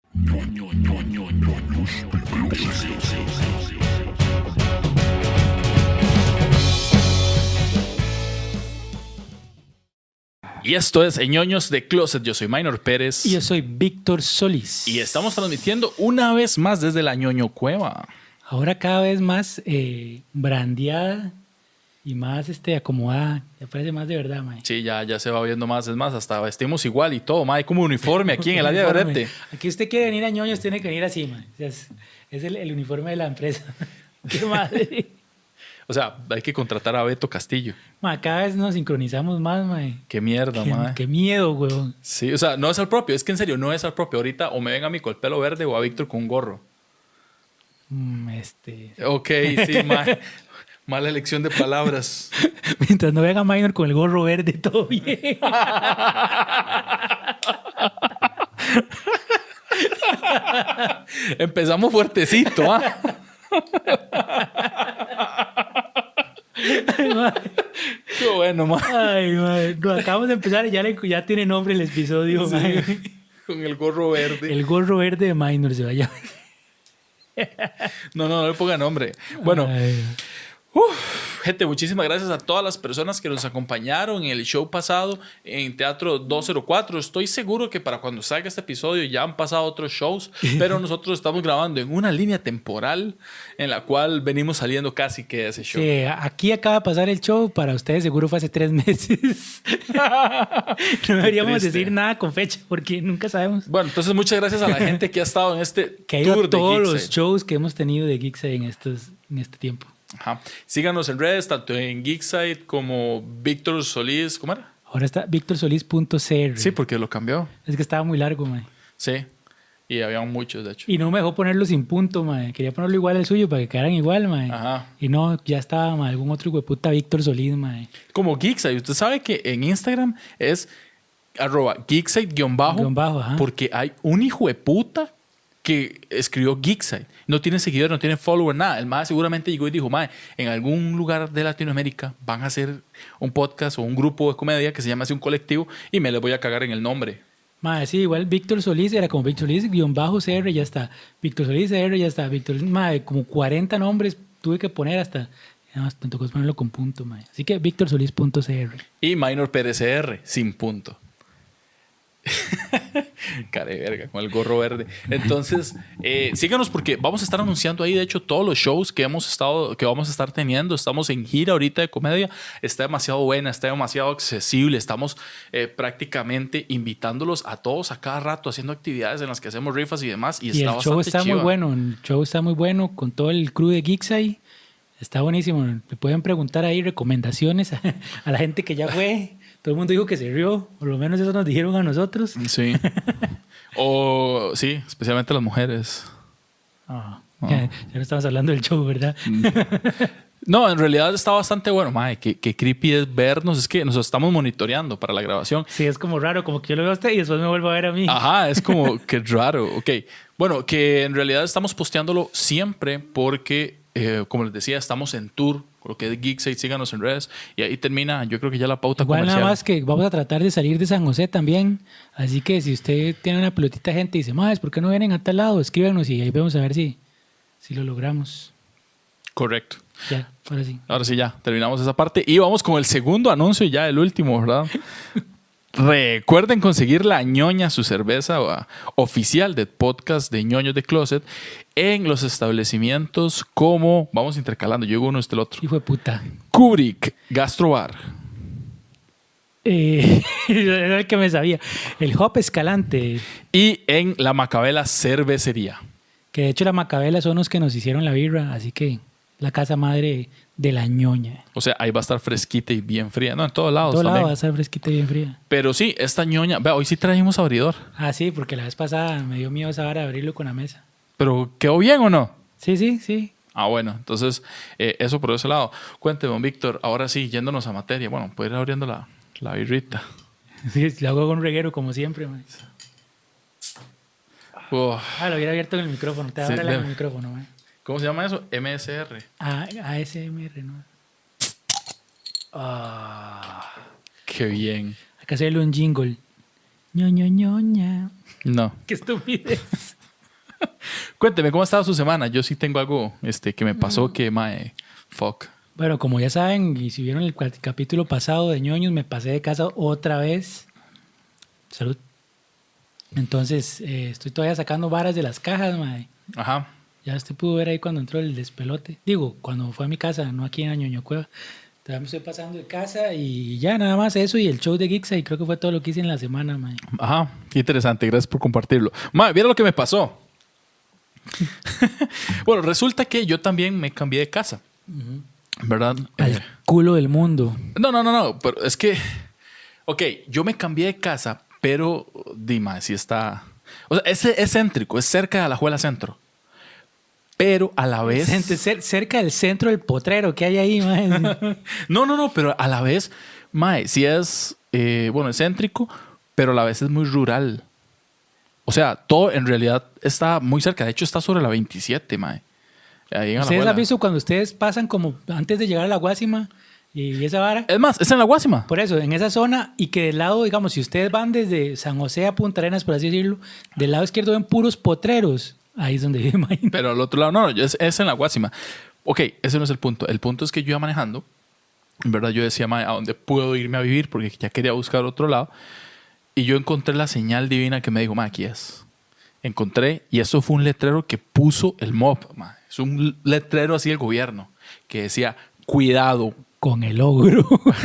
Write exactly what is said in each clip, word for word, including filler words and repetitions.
Y esto es Ñoños de Closet. Yo soy Minor Pérez. Y yo soy Víctor Solís. Y estamos transmitiendo una vez más desde la Ñoño Cueva. Ahora cada vez más eh, brandeada y más este, acomodada. Ya parece más de verdad, mae. Sí, ya, ya se va viendo más. Es más, hasta vestimos igual y todo, mae. Hay como uniforme aquí en el área de brete. Aquí usted quiere venir a Ñoños, tiene que venir así, mae. O sea, es es el, el uniforme de la empresa. Qué madre. O sea, hay que contratar a Beto Castillo. Mae, cada vez nos sincronizamos más, mae. Qué mierda, Qué, mae. qué miedo, weón. Sí, o sea, no es al propio. Es que en serio, no es al propio. Ahorita o me ven a mí con el pelo verde o a Víctor con un gorro. Mm, este... Ok, sí, mae. Mala elección de palabras. Mientras no vean a Minor con el gorro verde, todo bien. Empezamos fuertecito, ¿ah? Ay, mae. Qué bueno, mae. Ay, mae. No, acabamos de empezar y ya, le, ya tiene nombre el episodio, Sí, mae. con el gorro verde. El gorro verde de Minor se vaya. No, no, no le ponga nombre. Bueno, Ay. uf, gente, muchísimas gracias a todas las personas que nos acompañaron en el show pasado en Teatro doscientos cuatro. Estoy seguro que para cuando salga este episodio ya han pasado otros shows, pero nosotros estamos grabando en una línea temporal en la cual venimos saliendo casi que de ese show. Sí, aquí acaba de pasar el show. Para ustedes seguro fue hace tres meses. No deberíamos triste. decir nada con fecha porque nunca sabemos. Bueno, entonces muchas gracias a la gente que ha estado en este Que ha ido tour a de todos los Geekside. shows que hemos tenido de Geekside en, estos, en este tiempo. Ajá. Síganos en redes, tanto en Geekside como Víctor Solís. ¿Cómo era? Ahora está víctor solís punto c r. Sí, porque lo cambió. Es que estaba muy largo, mae. Sí. Y había muchos, de hecho. Y no me dejó ponerlo sin punto, mae. Quería ponerlo igual al suyo para que quedaran igual, mae. Ajá. Y no, ya estaba, mae, algún otro hueputa Víctor Solís, mae. Como Geekside. Usted sabe que en Instagram es arroba Geekside-bajo Guión bajo, ajá. porque hay un hijo de puta que escribió Geekside. No tiene seguidores, no tiene follower, nada. El más seguramente llegó y dijo, mae, en algún lugar de Latinoamérica van a hacer un podcast o un grupo de comedia que se llama así un colectivo y me les voy a cagar en el nombre. Mae, sí, igual Víctor Solís era como Víctor Solís guión bajo C R, ya está. Víctor Solís C R, ya está. Víctor, mae, como cuarenta nombres tuve que poner hasta. Nada más me tocó ponerlo con punto, mae. Así que víctor solís punto c r. Y Minor P R C R, sin punto. Cara de verga, con el gorro verde. Entonces, eh, síganos porque vamos a estar anunciando ahí, de hecho, todos los shows que hemos estado, que vamos a estar teniendo. Estamos en gira ahorita de comedia. Está demasiado buena, está demasiado accesible. Estamos eh, prácticamente invitándolos a todos a cada rato, haciendo actividades en las que hacemos rifas y demás. Y, Y está el show bastante está chiva. muy bueno. El show está muy bueno con todo el crew de Geekside. Está buenísimo. Me pueden preguntar ahí recomendaciones a, a la gente que ya fue. Todo el mundo dijo que se rió. Por lo menos eso nos dijeron a nosotros. Sí. O sí, especialmente las mujeres. Ah, Ah. Ya, ya no estamos hablando del show, ¿verdad? No, en realidad está bastante bueno. Mae, qué, qué creepy es vernos. Es que nos estamos monitoreando para la grabación. Sí, es como raro. Como que yo lo veo a usted y después me vuelvo a ver a mí. Ajá, es como que raro. Ok. Bueno, que en realidad estamos posteándolo siempre porque, eh, como les decía, estamos en tour. Lo que es Geekside, síganos en redes. Y ahí termina, yo creo que ya la pauta Igual comercial. nada más que vamos a tratar de salir de San José también. Así que si usted tiene una pelotita de gente y dice, más, ¿por qué no vienen a tal lado? Escríbanos y ahí vamos a ver si, si lo logramos. Correcto. Ya, ahora sí. Ahora sí, ya terminamos esa parte. Y vamos con el segundo anuncio y ya el último, ¿verdad? Recuerden conseguir la ñoña, su cerveza uh, oficial de podcast de Ñoños de Closet en los establecimientos como, vamos intercalando, yo digo uno, este el otro. Hijo de puta. Kubrick Gastrobar. Eh, era el que me sabía. El Hop Escalante. Y en la Macabela Cervecería. Que de hecho la Macabela son los que nos hicieron la birra. Así que la casa madre de la ñoña. O sea, ahí va a estar fresquita y bien fría. No, en todos lados Todo lado también. va a estar fresquita y bien fría. Pero sí, esta ñoña... Vea, hoy sí trajimos abridor. Ah, sí, porque la vez pasada me dio miedo esa vara de abrirlo con la mesa. Pero, ¿quedó bien o no? Sí, sí, sí. Ah, bueno. Entonces, eh, eso por ese lado. Cuénteme, don Víctor. Ahora sí, yéndonos a materia. Bueno, puede ir abriendo la, la birrita. Sí, lo hago con un reguero como siempre, man. Uf. Ah, lo hubiera abierto en el micrófono. Te Sí, abre le- el micrófono, man. ¿Cómo se llama eso? M S R. A, A S M R, ¿no? Ah, Qué bien. hay que hacerle un jingle. Ño, Ño, Ñoña. No. Qué estupidez. Cuénteme, ¿cómo ha estado su semana? Yo sí tengo algo este, que me pasó que, mae, fuck. Bueno, como ya saben, y si vieron el cual- capítulo pasado de ñoños, me pasé de casa otra vez. Salud. Entonces, eh, estoy todavía sacando varas de las cajas, mae. Ajá. Ya usted pudo ver ahí cuando entró el despelote. Digo, cuando fue a mi casa, no aquí en la ñoño cueva. Todavía me estoy pasando de casa y ya nada más eso y el show de Gixa y creo que fue todo lo que hice en la semana, mae. Ajá. Qué interesante. Gracias por compartirlo. Mae, ¿vieron lo que me pasó? Bueno, resulta que yo también me cambié de casa. Ujú. ¿Verdad? Al Eh, culo del mundo. No, no, no, no. Pero es que... Ok, yo me cambié de casa, pero... Dime, si está... O sea, es, es céntrico. Es cerca de Alajuela Centro. Pero a la vez... Gente, cer- cerca del centro del potrero que hay ahí, mae. No, no, no. Pero a la vez... Mae, sí es... eh, bueno, es céntrico, pero a la vez es muy rural. O sea, todo en realidad está muy cerca. De hecho, está sobre la veintisiete, mae. Ahí en ¿Ustedes Alajuela. han visto cuando ustedes pasan como antes de llegar a la Guásima y esa vara? Es más, es en la Guásima. Por eso, en esa zona y que del lado, digamos, si ustedes van desde San José a Punta Arenas, por así decirlo, del lado izquierdo ven puros potreros. Ahí es donde vive Mike. Pero al otro lado, no, no, es, es en la Guásima. Ok, ese no es el punto. El punto es que yo iba manejando. En verdad, yo decía, mae, ¿a dónde puedo irme a vivir? Porque ya quería buscar otro lado. Y yo encontré la señal divina que me dijo, mae, aquí es. Encontré, y eso fue un letrero que puso el M O B. Mae. Es un letrero así del gobierno que decía, cuidado. Con el ogro.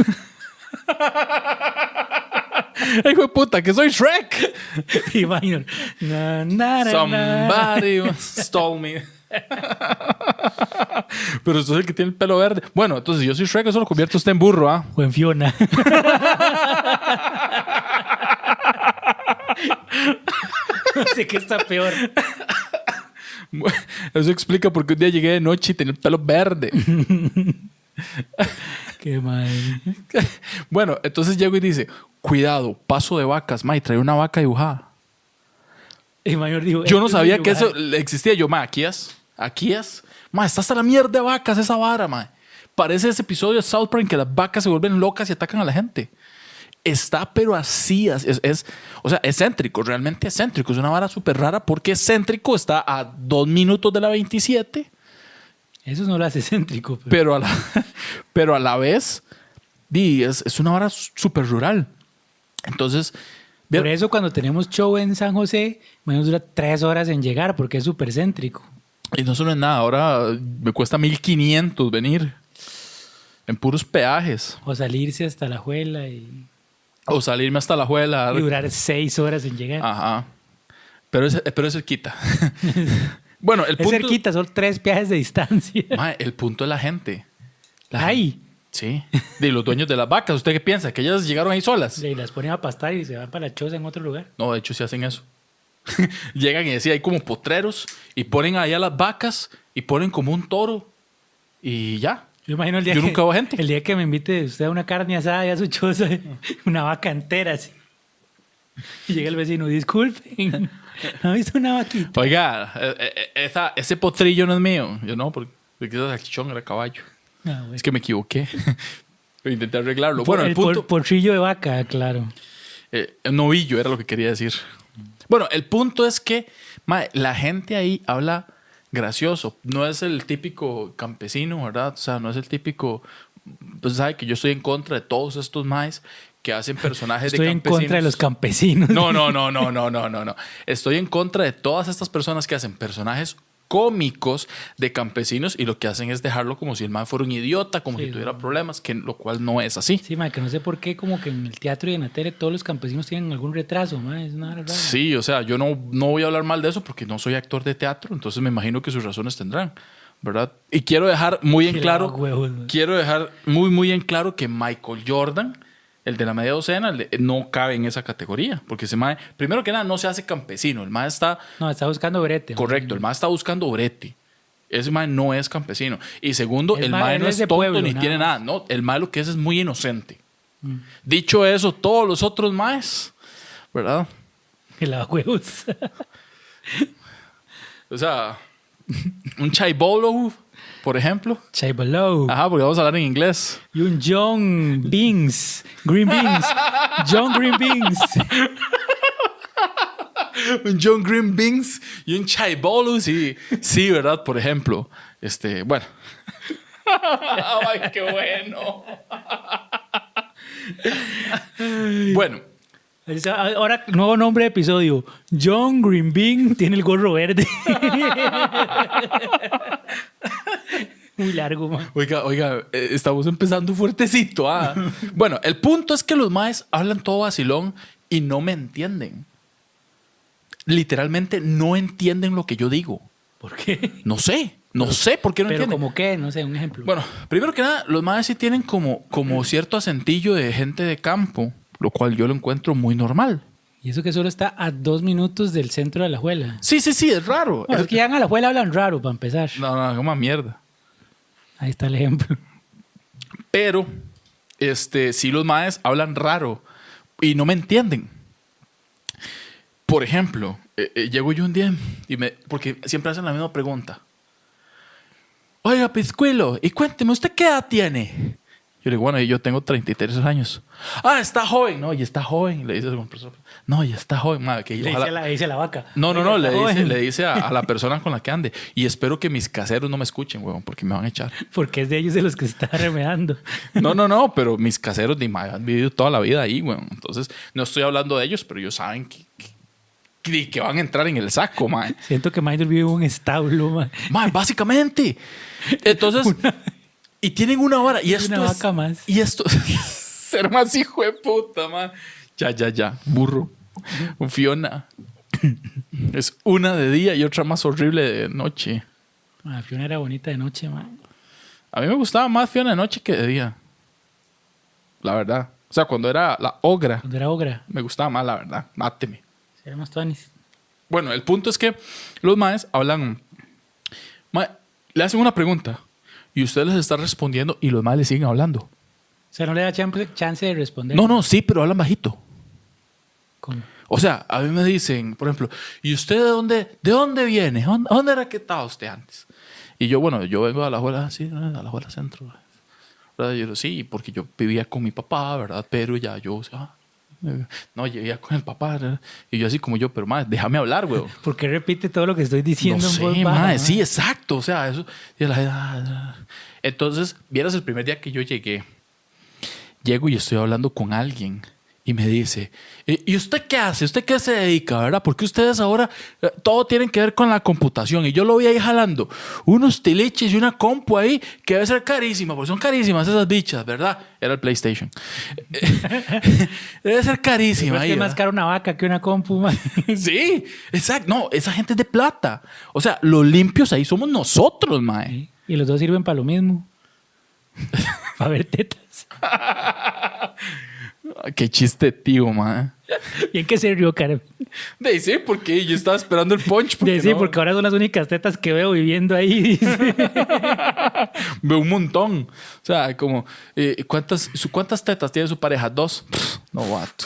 ¡Ay, hijo de puta, que soy Shrek! Imagino. Na, na, na, na. Somebody stole me. Pero usted es el que tiene el pelo verde. Bueno, entonces yo soy Shrek, eso lo convierte usted en burro, ¿ah? O en Fiona. No sé qué está peor. Eso explica por qué un día llegué de noche y tenía el pelo verde. Qué mal. Bueno, entonces llego y dice, cuidado, paso de vacas. Ma, y trae una vaca dibujada. Y Mayor dijo, Yo no "Esto es sabía mi que lugar". eso existía. Yo, ma, aquí es. Aquí es. Ma, está hasta la mierda de vacas esa vara, ma. Parece ese episodio de South Park en que las vacas se vuelven locas y atacan a la gente. Está, pero así. Es, es, o sea, es céntrico, realmente es céntrico. Es una vara súper rara porque es céntrico. Está a dos minutos de la veintisiete. Eso no lo hace céntrico. Pero... Pero a la, pero a la vez, di, es, es una vara súper rural. Entonces, Por eso cuando tenemos show en San José, menos dura tres horas en llegar porque es súper céntrico. y no solo es nada, ahora me cuesta mil quinientos venir en puros peajes. O salirse hasta la Juela y, O salirme hasta la Juela. y durar seis horas en llegar. Ajá. Pero es, pero es cerquita. Bueno, el es punto... cerquita, son tres viajes de distancia. Mae, el punto es la gente. La Ay, gente. Sí. De los dueños de las vacas. ¿Usted qué piensa? ¿Que ellas llegaron ahí solas? y las ponen a pastar y se van para la choza en otro lugar. No, de hecho sí hacen eso. Llegan y decía, hay como potreros y ponen ahí a las vacas y ponen como un toro y ya. Yo imagino el día, Yo que, nunca veo gente. el día que me invite usted a una carne asada y a su choza, una vaca entera así. Y llega el vecino, disculpen, ¿no ha visto una vaquita? Oiga, eh, eh, esa- ese potrillo no es mío. Yo no, porque, porque ese salchichón era caballo. Ah, bueno. Es que me equivoqué. Pero intenté arreglarlo. Bueno, el, el punto... por- porrillo de vaca, claro. Eh, novillo era lo que quería decir. Bueno, el punto es que mae, la gente ahí habla gracioso. No es el típico campesino, ¿verdad? O sea, no es el típico... Pues sabe que yo estoy en contra de todos estos maes que hacen personajes Estoy de en campesinos. contra de los campesinos. No, no, no, no, no, no, no, no. Estoy en contra de todas estas personas que hacen personajes cómicos de campesinos y lo que hacen es dejarlo como si el man fuera un idiota, como Sí, si tuviera no. problemas, que lo cual no es así. Sí, ma, que no sé por qué como que en el teatro y en la tele todos los campesinos tienen algún retraso, ma, es una rara. Sí, o sea, yo no, no voy a hablar mal de eso porque no soy actor de teatro, entonces me imagino que sus razones tendrán, ¿verdad? Y quiero dejar muy en Qué claro, lavahuevos, ma. quiero dejar muy, muy en claro que Michael Jordan, el de la media docena, el de- no cabe en esa categoría, porque ese mae, primero que nada, no se hace campesino, el mae está, No, está buscando brete. ma. correcto, el mae está buscando brete. Ese mae no es campesino. Y segundo, Es el mae, mae él no es es de tonto pueblo, ni nada tiene más. nada. No, el mae lo que es es muy inocente. Mm. Dicho eso, todos los otros maes, ¿verdad? Que lavahuevos. O sea, un Chaibolo, por ejemplo. Chaibolo. Ajá, porque vamos a hablar en inglés. Y un John Beans. Green Beans. John Green Beans. Un John Green Beans y un Chai Bolu, sí, sí, ¿verdad? Por ejemplo, este, bueno. Ay, qué bueno. Bueno. Ahora, nuevo nombre de episodio. John Green Bean tiene el gorro verde. Muy largo, man. Oiga, oiga, eh, estamos empezando fuertecito. ¿Ah? Bueno, el punto es que los maes hablan todo vacilón y no me entienden. Literalmente no entienden lo que yo digo. ¿Por qué? No sé, no sé por qué no Pero entienden. como qué, no sé, un ejemplo. Bueno, primero que nada, los maes sí tienen como, como cierto acentillo de gente de campo, lo cual yo lo encuentro muy normal. Y eso que solo está a dos minutos del centro de Alajuela. Sí, sí, sí, es raro. Bueno, es es que ya en Alajuela hablan raro, para empezar. No, no, como mierda. Ahí está el ejemplo. Pero, este, sí los maes hablan raro y no me entienden. Por ejemplo, eh, eh, llego yo un día y me... Porque siempre hacen la misma pregunta. Oiga, Pizcuilo, y cuénteme, ¿usted qué edad tiene? Yo le digo, bueno, yo tengo treinta y tres años. Ah, está joven. No, y está joven. Le dice al profesor. No, y está joven. Madre, que Le dice, ojalá... a la, le dice a la vaca. No, no, no, le Está dice, joven. le dice a, a la persona con la que ande. Y espero que mis caseros no me escuchen, huevón, porque me van a echar. Porque es de ellos de los que se está remedando. No, no, no, pero mis caseros de madre, han vivido toda la vida ahí, huevón. Entonces, no estoy hablando de ellos, pero ellos saben que, que, que van a entrar en el saco, madre. Siento que Michael vive en un establo, man. Madre, básicamente. Entonces, Una- y tienen una vara. Y esto Una es- vaca más. Y esto... Ser más hijo de puta, man. Ya, ya, ya. Burro. Fiona. Es una de día y otra más horrible de noche. Ah, Fiona era bonita de noche, man. A mí me gustaba más Fiona de noche que de día. La verdad. O sea, cuando era la ogra, Cuando era ogra. me gustaba más, la verdad. Máteme. Era más tuanis. Bueno, el punto es que los maes hablan... Mae, le hacen una pregunta y usted les está respondiendo y los maes le siguen hablando. O sea, no le da chance, chance de responder. No, no, sí, pero hablan bajito. ¿Cómo? O sea, a mí me dicen, por ejemplo, ¿y usted de dónde, de dónde viene? ¿Dónde, dónde era que estaba usted antes? Y yo, bueno, yo vengo de Alajuela, sí, de Alajuela Centro. ¿Verdad? Y yo, sí, porque yo vivía con mi papá, ¿verdad? Pero ya yo, o sea, eh, no, yo vivía con el papá, ¿verdad? Y yo así como yo, pero madre, déjame hablar, güey. ¿Por qué repite todo lo que estoy diciendo No en sé, voz baja, madre, man? sí, exacto. O sea, eso. Y la, ah, ah. Entonces, vieras el primer día que yo llegué. Llego y estoy hablando con alguien y me dice, "¿Y y usted qué hace? ¿Usted qué se dedica, verdad? Porque ustedes ahora eh, todo tienen que ver con la computación." Y yo lo vi ahí jalando unos tiliches y una compu ahí que debe ser carísima, porque son carísimas esas bichas, ¿verdad? Era el PlayStation. Debe ser carísima. Pero es ahí, que es más ¿verdad? caro una vaca que una compu, man. Sí, exacto. No, esa gente es de plata. O sea, los limpios ahí somos nosotros, mae. Sí. Y los dos sirven para lo mismo. Para ver tetas. Qué chiste, tío, mae. ¿Y en qué se rió, Karen? De sí, porque yo estaba esperando el punch. Porque De sí, no- porque ahora son las únicas tetas que veo viviendo ahí. Dice. Veo un montón. O sea, como, eh, ¿cuántas, su- ¿cuántas tetas tiene su pareja? Dos. Pff, no, vato.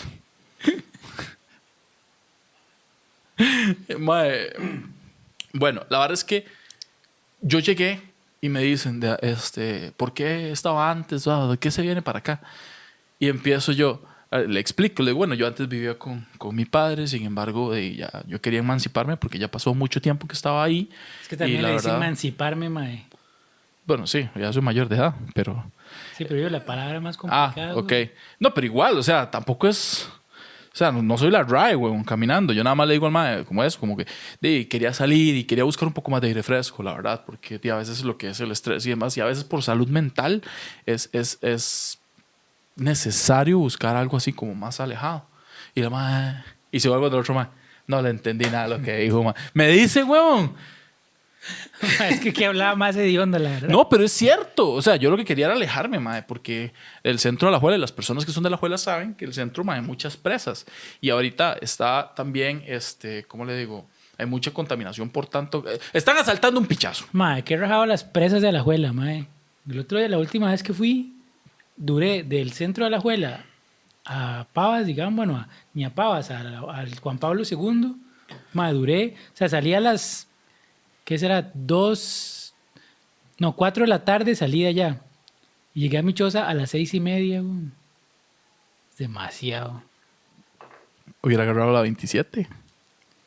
Mae, bueno, la verdad es que yo llegué y me dicen, de, este, ¿por qué estaba antes? Ah, ¿de qué se viene para acá? Y empiezo yo, eh, le explico, le digo, bueno, yo antes vivía con, con mi padre, sin embargo, eh, ya, yo quería emanciparme porque ya pasó mucho tiempo que estaba ahí. Es que también Y la le dicen verdad- emanciparme, mae. Bueno, sí, ya soy mayor de edad, pero... Sí, pero yo la palabra más Ah, complicada. ok. güey. No, pero igual, o sea, tampoco es... O sea, no, no soy la Rai, weón, caminando. Yo nada más le digo al mae, como eso, como que de, quería salir y quería buscar un poco más de aire fresco, la verdad, porque de, a veces lo que es el estrés y demás, y a veces por salud mental es, es, es necesario buscar algo así como más alejado. Y la mae... Y se vuelve del otro mae. No le entendí nada de lo que dijo, mae. Me dice, weón... Es que que hablaba más hediondo, la verdad. No, pero es cierto. O sea, yo lo que quería era alejarme, mae, porque el centro de la Alajuela, y las personas que son de la Alajuela saben que el centro, mae, hay muchas presas. Y ahorita está también, este, ¿cómo le digo? Hay mucha contaminación, por tanto... eh, están asaltando un pichazo. Mae, que he rajado las presas de Alajuela, mae. El otro día, la última vez que fui, duré del centro de Alajuela a Pavas, digamos, bueno, a- ni a Pavas, a la- al Juan Pablo segundo. Mae, duré, o sea, salí a las, ¿qué será? Dos, no, cuatro de la tarde salí de allá. Y llegué a mi choza a las seis y media, güey. Demasiado. Hubiera agarrado la veintisiete.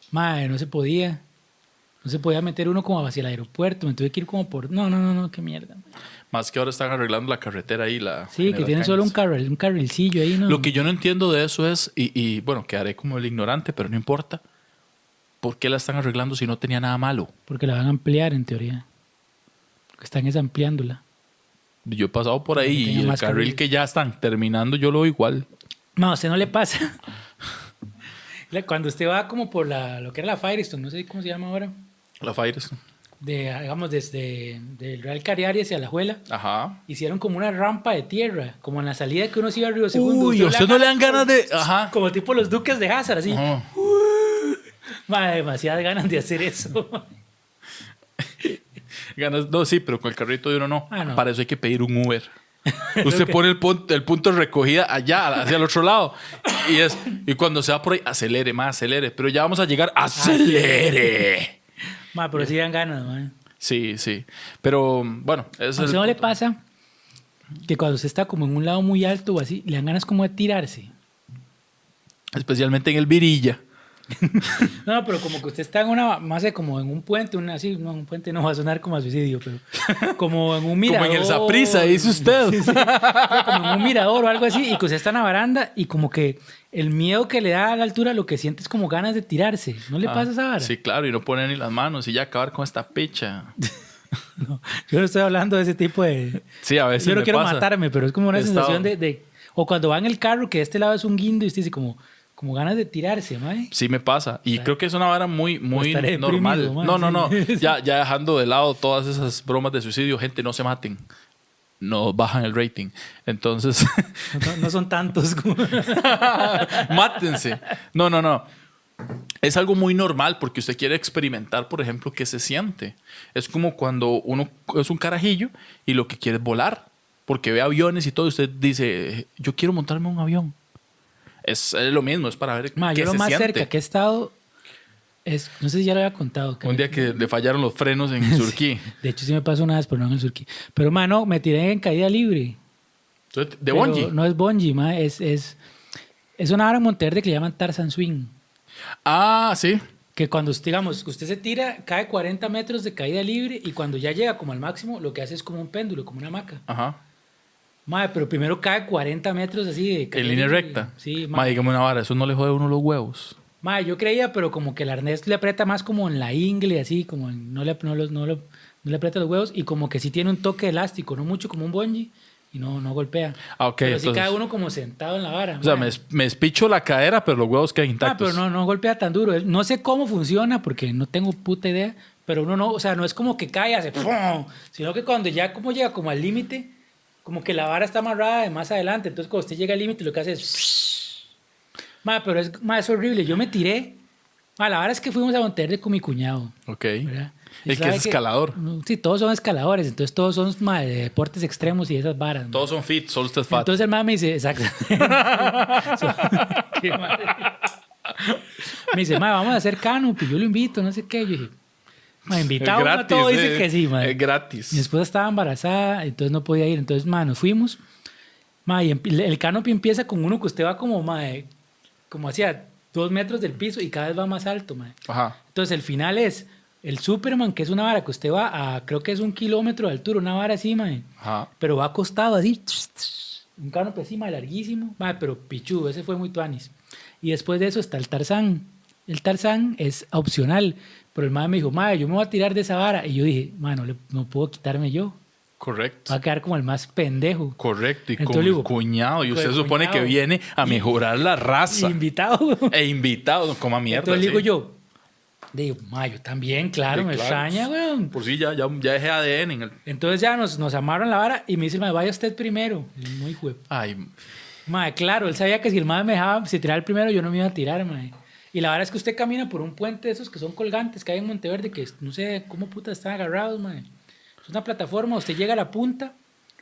Madre, no se podía. No se podía meter uno como hacia el aeropuerto. Me tuve que ir como por... No, no, no, no, qué mierda. Madre. Más que ahora están arreglando la carretera ahí. La Sí, que General tienen solo un, Cañas. carril, un carrilcillo ahí, ¿no? Lo que yo no entiendo de eso es, y, y bueno, quedaré como el ignorante, pero no importa. ¿Por qué la están arreglando si no tenía nada malo? Porque la van a ampliar, en teoría. Lo que están es ampliándola. Yo he pasado por Para que ahí tenga y el más carril carriles. que ya están terminando, yo lo veo igual. No, a usted no le pasa. La- Cuando usted va como por la, lo que era la Firestone, no sé cómo se llama ahora, La Fires. de, digamos, desde del Real Cariari hacia la Juela, Ajá. hicieron como una rampa de tierra, como en la salida que uno se iba a Río Segundo. Uy, ¿a usted no le dan ganas de...? como- Ajá. Como tipo los duques de Hazard, así. Ajá. Madre, demasiadas ganas de hacer eso. Ganas, no, sí, pero con el carrito de uno no. Ah, no. Para eso hay que pedir un Uber. Usted pone el punto, el punto de recogida allá, hacia el otro lado. Y es y cuando se va por ahí, acelere, más acelere. Pero ya vamos a llegar, acelere. Madre, pero sí dan ganas, madre. Sí, sí. Pero bueno, eso ¿A es usted el no le punto. pasa que cuando usted está como en un lado muy alto o así, le dan ganas como de tirarse? Especialmente en el Virilla. No, pero como que usted está en una, más de como en un puente, una, así, no, un puente no va a sonar como a suicidio, pero como en un mirador. Como en el Saprissa, dice usted. Sí, sí. Como en un mirador o algo así, y que usted está en la baranda y como que el miedo que le da a la altura lo que siente es como ganas de tirarse. ¿No le Ah, pasa esa vara? Sí, claro, y no poner ni las manos y ya acabar con esta picha. No, yo no estoy hablando de ese tipo de... Sí, a veces Yo no me quiero pasa. matarme, pero es como una He sensación estado- de, de... O cuando va en el carro, que de este lado es un guindo y usted dice como, como ganas de tirarse, mae. Sí me pasa. Y sea, creo que es una vara muy, muy estaré normal. deprimido, man, No, no, no. sí. Ya, ya dejando de lado todas esas bromas de suicidio, gente, no se maten. No bajan el rating. Entonces, No, no son tantos como... mátense. No, no, no. Es algo muy normal porque usted quiere experimentar, por ejemplo, qué se siente. Es como cuando uno es un carajillo y lo que quiere es volar. Porque ve aviones y todo. Y usted dice, yo quiero montarme en un avión. Es, es lo mismo, es para ver Ma, qué yo lo se más siente. cerca que he estado es, no sé si ya lo había contado. que- Un día que le fallaron los frenos en Surquí. De hecho sí me pasó una vez, pero no en el surquí. Pero ma, no, me tiré en caída libre. Entonces, de Pero bungee. No es bungee, ma, es, es, es una vara en Monteverde que le llaman Tarzan Swing. Ah, sí. Que cuando usted, digamos, usted se tira, cae cuarenta metros de caída libre y cuando ya llega como al máximo, lo que hace es como un péndulo, como una hamaca. Ajá. Madre, pero primero cae cuarenta metros así de caída En línea libre. recta. Sí, Ma, madre. dígame una vara, eso no le jode a uno los huevos. Madre, yo creía, pero como que el arnés le aprieta más como en la ingle, así, como en- no, le, no, los- no, lo- no le aprieta los huevos y como que sí tiene un toque elástico, no mucho como un bungee y no, no golpea. Ah, ok, Pero sí entonces- cae uno como sentado en la vara. O sea, me, madre. es- me espicho la cadera, pero los huevos quedan Ah, intactos. pero no, no golpea tan duro. No sé cómo funciona porque no tengo puta idea, pero uno no, o sea, no es como que cae y hace ¡pum! Sino que cuando ya como llega como al límite, como que la vara está amarrada de más adelante. Entonces cuando usted llega al límite lo que hace es... Ma, pero es, ma, es horrible. Yo me tiré. Ma, la vara es que fuimos a Monteverde con mi cuñado. Ok. ¿Verdad? Y El que sabe es escalador. Sí, todos son escaladores. Entonces todos son ma, de deportes extremos y esas varas. ma. Todos son fit, solo usted es fat. Entonces el man me dice, exacto. Qué madre. Me dice, ma, vamos a hacer canopy, yo lo invito, no sé qué. Yo dije, ma, Es invitado uno a gratis. todo, dice eh, que sí, ma. Es gratis. Mi esposa estaba embarazada, entonces no podía ir. Entonces, ma, nos fuimos. Ma, y empi- el canopy empieza con uno que usted va como, ma, de- como hacia dos metros del piso y cada vez va más alto, ma. Ajá. Entonces, el final es el Superman, que es una vara que usted va a, creo que es un kilómetro de altura, una vara así, ma. Ajá. Pero va acostado así. Un canopy así, ma, larguísimo. Ma, pero pichudo, ese fue muy tuanis. Y después de eso está el Tarzán. El Tarzán es opcional. Pero el madre me dijo, madre, yo me voy a tirar de esa vara. Y yo dije, madre, no, le- no puedo quitarme yo. Correcto. Va a quedar como el más pendejo. Correcto. Y Entonces con le digo, el cuñado. Y con usted el supone cuñado. que viene a Y- mejorar la raza. Invitado. E invitado. No coma mierda. Entonces le digo sí. yo, digo, madre, yo también, claro, Sí, me claro. extraña, weón. Por si ya, ya, ya dejé A D N en el... Entonces ya nos, nos amarran la vara y me dice, madre, vaya usted primero. Y yo, muy hijo de Ay, Mae, claro, él sabía que si el madre me dejaba, si tiraba el primero, yo no me iba a tirar, mae. Y la verdad es que usted camina por un puente de esos que son colgantes que hay en Monteverde, que no sé cómo puta están agarrados, mae. Es una plataforma, usted llega a la punta.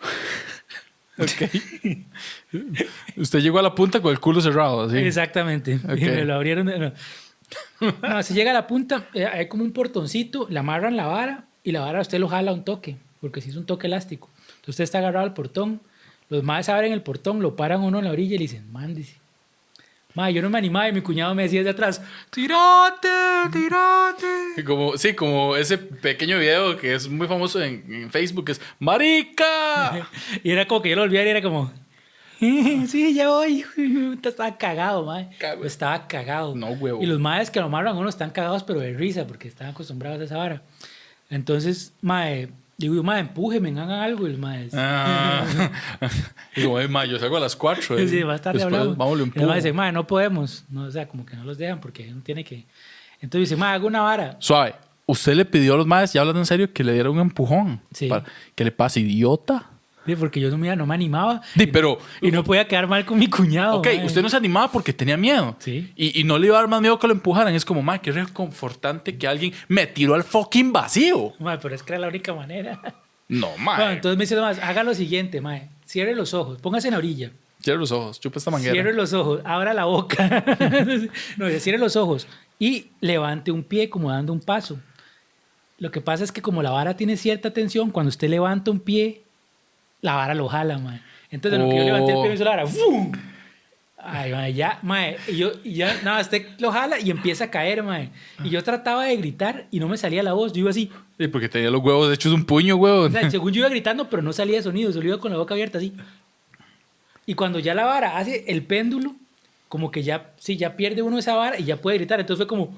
ok. Usted llegó a la punta con el culo cerrado, así. Exactamente. Ok. Y me lo abrieron. de- No. No, si llega a la punta, eh, hay como un portoncito, le amarran la vara y la vara usted lo jala un toque, porque si es un toque elástico. Entonces usted está agarrado al portón, los madres abren el portón, lo paran uno en la orilla y le dicen, mándese. Mae, yo no me animaba y mi cuñado me decía desde atrás, ¡tírate, tírate! Como, sí, como ese pequeño video que es muy famoso en, en Facebook, que es ¡Marica! Y era como que yo lo olvidaba y era como, sí, ya voy. Estaba cagado, mae. Cago. Estaba cagado. No, huevo. Y los maes que lo amarran a uno están cagados, pero de risa, porque están acostumbrados a esa vara. Entonces, mae, digo yo, mae, empújeme, hagan algo. Y los maes. Ah. Y como, "Ay, ma, yo salgo a las cuatro. Sí, va a estar Después, hablando. vamos, lo Y los empujo". maes dicen, mae, no podemos. No, o sea, como que no los dejan porque uno tiene que. Entonces dice, mae, hago una vara. Suave. Usted le pidió a los maes, ya hablando en serio, que le diera un empujón. Sí. Para- ¿Qué le pasa, idiota? Sí, porque yo no me, no me animaba. Sí, pero... Y no podía quedar mal con mi cuñado. Ok, mae. usted no se animaba porque tenía miedo. Sí. Y, y no le iba a dar más miedo que lo empujaran. Es como, ma, qué reconfortante que alguien me tiró al fucking vacío. Mae, pero es que era la única manera. No, ma. Bueno, entonces me dice nomás, haga lo siguiente, mae. Cierre los ojos, póngase en la orilla. Cierra los ojos, chupa esta manguera. Cierre los ojos, abra la boca. No, dice, cierre los ojos y levante un pie como dando un paso. Lo que pasa es que como la vara tiene cierta tensión, cuando usted levanta un pie, la vara lo jala, mae. Entonces, en lo que yo levanté el pie, me hizo la vara, ¡fum! Ay, mae, ya, mae. Y yo, y ya, nada, usted lo jala y empieza a caer, mae. Y yo trataba de gritar y no me salía la voz. Yo iba así. Sí, porque tenía los huevos hechos un puño, huevón. O sea, según yo iba gritando, pero no salía sonido, solo iba con la boca abierta así. Y cuando ya la vara hace el péndulo, como que ya, sí, ya pierde uno esa vara y ya puede gritar. Entonces fue como...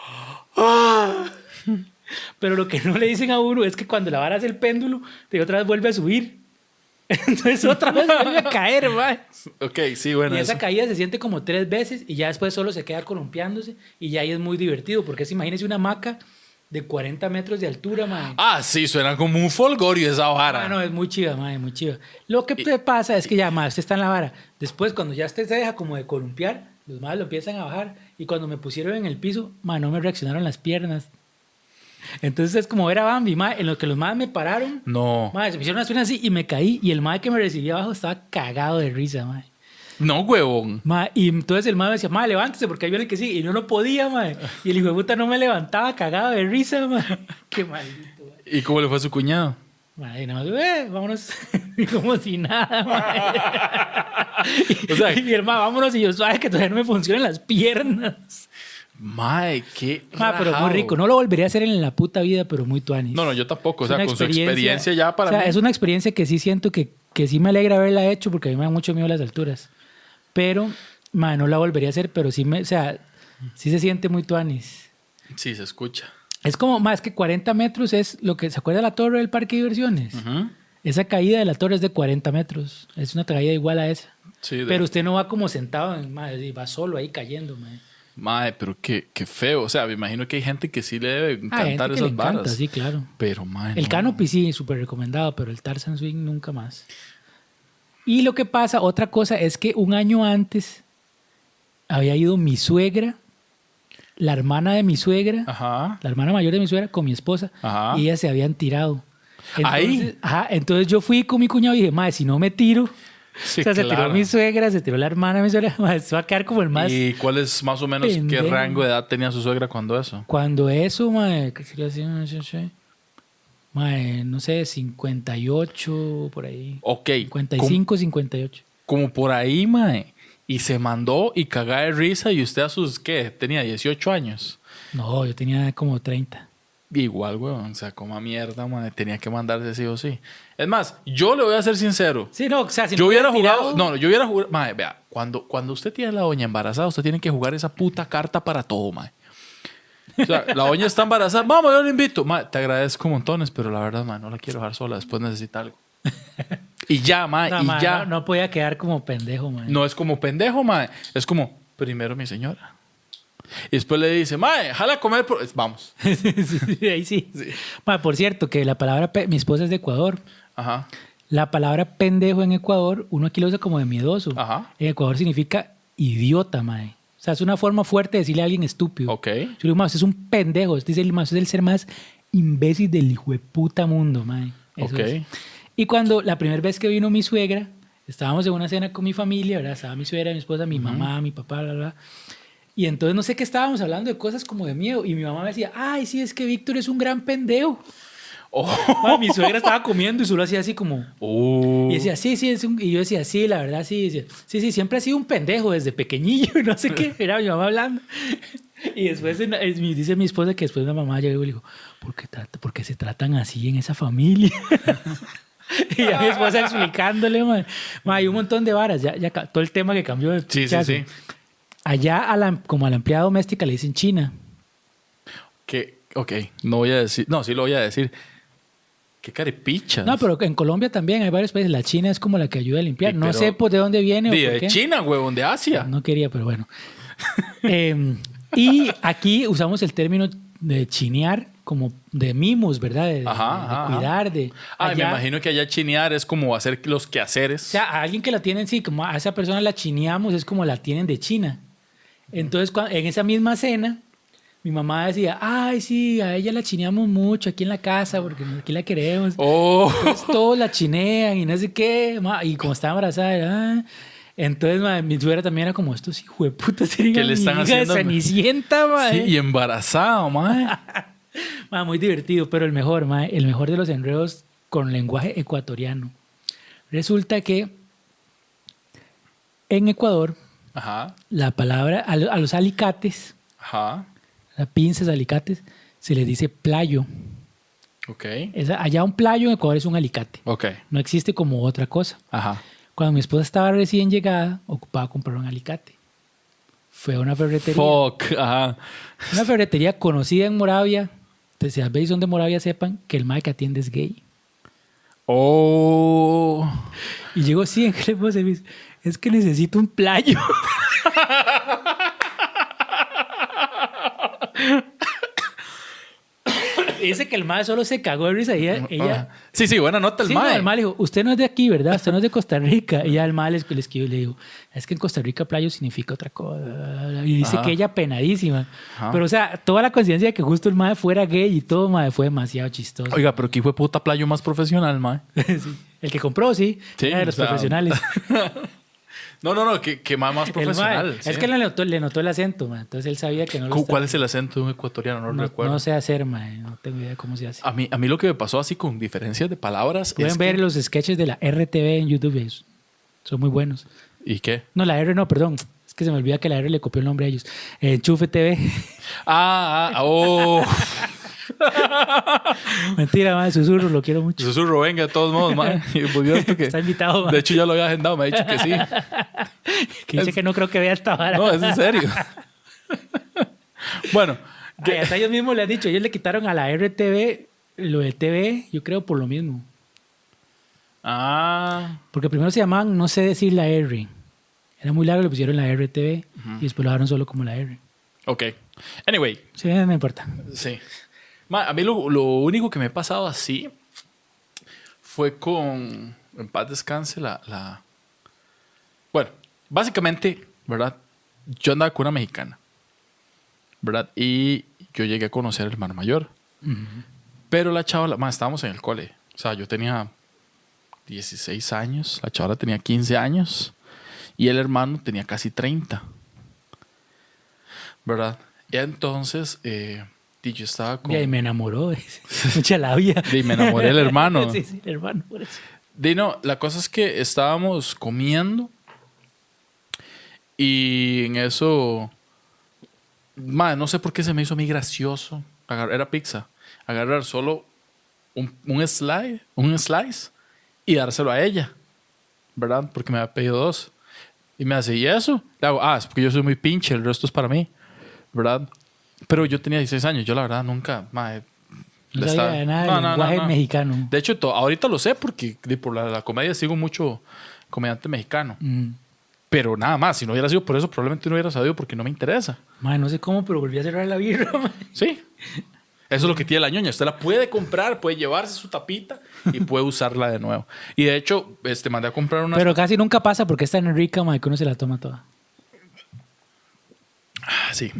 ¡Ah! Pero lo que no le dicen a uno es que cuando la vara hace el péndulo, de otra vez vuelve a subir. Entonces otra vez vuelve a caer, mae. Ok, sí, bueno. Y esa eso. caída se siente como tres veces y ya después solo se queda columpiándose y ya ahí es muy divertido porque es, imagínese una hamaca de cuarenta metros de altura, mae. Ah, sí, suena como un folgorio esa vara. Ah, no, es muy chiva, mae, muy chiva. Lo que te pasa es que ya, mae, usted está en la vara. Después, cuando ya usted se deja como de columpiar, los más lo empiezan a bajar y cuando me pusieron en el piso, mae, no me reaccionaron las piernas. Entonces es como ver a Bambi, mae, en lo que los más me pararon, No. mae, se me hicieron las piernas así y me caí y el mae que me recibía abajo estaba cagado de risa, mae. No, huevón. Ma, y entonces el mae me decía, ma, levántese porque ahí viene el que sigue. Y yo no podía, ma. Y el hijo de puta no me levantaba cagado de risa, ma. Qué maldito, ma. ¿Y cómo le fue a su cuñado? Ma, y nada más, eh, vámonos. Y como si nada, ma. Y, O sea, y el ma, vámonos. Y yo, suave que todavía no me funcionan las piernas. Mae, qué Ma, pero muy rajado. rico. No lo volvería a hacer en la puta vida, pero muy tuanis. No, no, yo tampoco. O Es sea, una con su experiencia ya para o sea, mí. es una experiencia que sí siento que, que sí me alegra haberla hecho porque a mí me da mucho miedo las alturas. Pero, ma, no la volvería a hacer, pero sí me, o sea, sí se siente muy tuanis. Sí, se escucha. Es como, más que cuarenta metros es lo que, ¿se acuerda de la torre del parque de diversiones? Ujú. Esa caída de la torre es de cuarenta metros. Es una caída igual a esa. Sí, de- Pero usted no va como sentado, en, ma, y va solo ahí cayendo, ma. Mae, pero qué, qué feo. O sea, me imagino que hay gente que sí le debe Ah, hay gente encantar que esas le encanta, varas. sí, claro. Pero, mae. El no. canopy sí, súper recomendado, pero el Tarzan Swing nunca más. Y lo que pasa, otra cosa, es que un año antes había ido mi suegra, la hermana de mi suegra, Ajá. la hermana mayor de mi suegra, con mi esposa, Ajá. y ellas se habían tirado. ¿Ahí? Entonces, ajá, entonces yo fui con mi cuñado y dije, madre, si no me tiro, Sí, o sea, se tiró claro. mi suegra, se tiró la hermana de mi suegra, madre, se va a quedar como el más... ¿Y cuál es más o menos qué pendejo. rango de edad tenía su suegra cuando eso? Cuando eso, madre, ¿qué sería así? No sé, sé. Madre, no sé, cincuenta y ocho, por ahí. Ok. cincuenta y Como, cinco, cincuenta y ocho. como por ahí, mae. Y se mandó y cagaba de risa y usted a sus, ¿qué? Tenía dieciocho años. No, yo tenía como treinta. Igual, weón. O sea, como mierda, mae. Tenía que mandarse sí o sí. Es más, yo le voy a ser sincero. Sí, no, o sea, si yo no hubiera hubiera jugado... tirado- No, yo hubiera jugado... Mae, vea. Cuando, cuando usted tiene la doña embarazada, usted tiene que jugar esa puta carta para todo, mae. O sea, la doña está embarazada. Vamos, yo le invito. Mae, te agradezco montones, pero la verdad, mae, no la quiero dejar sola. Después necesita algo. Y ya, mae. No, y ma, ya. no, no podía quedar como pendejo, man. No es como pendejo, mae. Es como, primero mi señora. Y después le dice, mae, jala a comer. Por... Vamos. Sí, sí, ahí sí. Sí. Ma, por cierto, que la palabra... pe- Mi esposa es de Ecuador. Ajá. La palabra pendejo en Ecuador, uno aquí lo usa como de miedoso. Ajá. En Ecuador significa idiota, mae. O sea, es una forma fuerte de decirle a alguien estúpido. Ok. Yo digo, ma, usted es un pendejo. Usted es el, ma, usted es el ser más imbécil del hijo de puta mundo, mae. Eso Ok. es. Y cuando la primera vez que vino mi suegra, estábamos en una cena con mi familia, ¿verdad? Estaba mi suegra, mi esposa, mi mamá, mi papá, bla, bla. Y entonces no sé qué estábamos hablando de cosas como de miedo. Y mi mamá me decía, ay, sí, es que Víctor es un gran pendejo. Oh. Ma, mi suegra estaba comiendo y solo hacía así como... Oh. Y decía, sí, sí, es un... Y yo decía, sí, la verdad, sí. Y decía, sí, sí, siempre ha sido un pendejo desde pequeñillo y no sé qué. Era mi mamá hablando. Y después en- es- me dice mi esposa que después la mamá llegó y le dijo, ¿por qué, trata, ¿por qué se tratan así en esa familia? Y a mi esposa explicándole, ma, ma, hay un montón de varas. Ya, ya ca- todo el tema que cambió de Sí, sí, pichazo. sí. Allá, a la, como a la empleada doméstica le dicen China. Que, ok, no voy a decir. No, sí lo voy a decir. Qué carepichas. No, pero en Colombia también hay varios países. La China es como la que ayuda a limpiar. Sí, No pero- sé pues, de dónde viene o De, por de qué. China, huevón, de Asia. No quería, pero bueno. Eh, y aquí usamos el término de chinear como de mimos, ¿verdad? De, de- Ajá, de ajá, cuidar, de... Ay, me allá- imagino que allá chinear es como hacer los quehaceres. O sea, a alguien que la tienen, sí, como a esa persona la chineamos, es como la tienen de China. Entonces, cua- en esa misma cena, mi mamá decía, ay, sí, a ella la chineamos mucho aquí en la casa porque aquí la queremos. Oh. Entonces todos la chinean y no sé qué. Ma, y como estaba embarazada, ah. Entonces ma, mi suegra también era como, estos hijos de puta serían ¿Qué le están mi hija haciendo? de Cenicienta, ma. Sí, eh. y embarazado, mae. Ma, muy divertido, pero el mejor, ma, el mejor de los enredos con lenguaje ecuatoriano. Resulta que en Ecuador, Ajá, la palabra, a, lo- a los alicates, ajá. a pinzas, alicates, se les dice playo. Ok, Esa- allá un playo en Ecuador es un alicate. ok. No existe como otra cosa. Ajá. Cuando mi esposa estaba recién llegada, ocupaba comprar un alicate. Fue a una ferretería. Fuck, ajá. Una ferretería conocida en Moravia. Entonces, si las veis son de Moravia, sepan que el mae que atiende es gay. Oh. Y llegó, sí, ¿en qué le puedo servir? Es que necesito un playo. Y dice que el mae solo se cagó de risa. Y ella, ella Sí, sí, buena nota el sí, no, mae. el mae le dijo, usted no es de aquí, ¿verdad? Usted no es de Costa Rica. Y ya el mae le, le escribió y le dijo, es que en Costa Rica playo significa otra cosa. Y dice Ajá. que ella penadísima. Ajá. Pero, o sea, toda la coincidencia de que justo el mae fuera gay y todo, mae, fue demasiado chistoso. Oiga, pero ¿qué fue puta playo más profesional, mae? Sí. El que compró, sí, Sí, era de los o sea, profesionales. No, no, no, que, que mae más El profesional. mae, sí. Es que le notó, le notó el acento, mae. Entonces él sabía que no lo Cu- estaba- ¿Cuál es el acento de un ecuatoriano? No, no, recuerdo. no sé hacer, mae. No tengo idea de cómo se hace. A mí, a mí lo que me pasó así con diferencias de palabras Pueden es ver que... los sketches de la R T V en YouTube. ellos. Son muy buenos. ¿Y qué? No, la R no, perdón. Es que se me olvida que la R le copió el nombre a ellos. Eh, Enchufe T V. Ah, ah, oh. Mentira, mae. Susurro, lo quiero mucho. Susurro, venga, de todos modos, mae. Y pues yo creo que- Está invitado, mae. De hecho, ya lo había agendado, me ha dicho que sí. Que dice es- que no creo que vea esta vara. No, es en serio. Bueno, Ay, hasta ellos mismos le han dicho. Ellos le quitaron a la R T V lo de T V, yo creo, por lo mismo. ah, Porque primero se llamaban no sé decir la R. Era muy largo, le pusieron la R T V y después lo dejaron solo como la R. ok. Anyway, Sí, no importa. sí. Ma, a mí lo, lo único que me ha pasado así fue con, en paz descanse, la, la... Bueno, básicamente, ¿verdad? Yo andaba con una mexicana, ¿verdad? Y yo llegué a conocer al hermano mayor. Pero la chavala, ma, estábamos en el cole. O sea, yo tenía dieciséis años, la chavala tenía quince años y el hermano tenía casi treinta. ¿Verdad? Y entonces, eh, y yo estaba con... Y ahí me enamoró. Mucha labia. Y me enamoré del hermano. Sí, sí, el hermano. Por eso. De no, la cosa es que estábamos comiendo y en eso, ma, no sé por qué se me hizo a mí gracioso. Agar- era pizza. Agarrar solo un, un slide, un slice y dárselo a ella, ¿verdad? Porque me había pedido dos. Y me hace, ¿y eso? Le hago, ah, es porque yo soy muy pinche, el resto es para mí, ¿verdad? Pero yo tenía dieciséis años, yo la verdad nunca, ma, eh, No le sabía estaba- de nada No, del no, no, lenguaje no. mexicano. De hecho, to- ahorita lo sé porque de- por la, la comedia sigo mucho comediante mexicano. Mm. Pero nada más, si no hubiera sido por eso, probablemente no hubiera sabido porque no me interesa. Ma, no sé cómo, pero volví a cerrar la birra. ma. Sí. Eso es lo que tiene la ñoña. Usted la puede comprar, puede llevarse su tapita y puede usarla de nuevo. Y de hecho, este, mandé a comprar una... Pero casi nunca pasa porque es tan rica, ma, que uno se la toma toda. Ah, sí.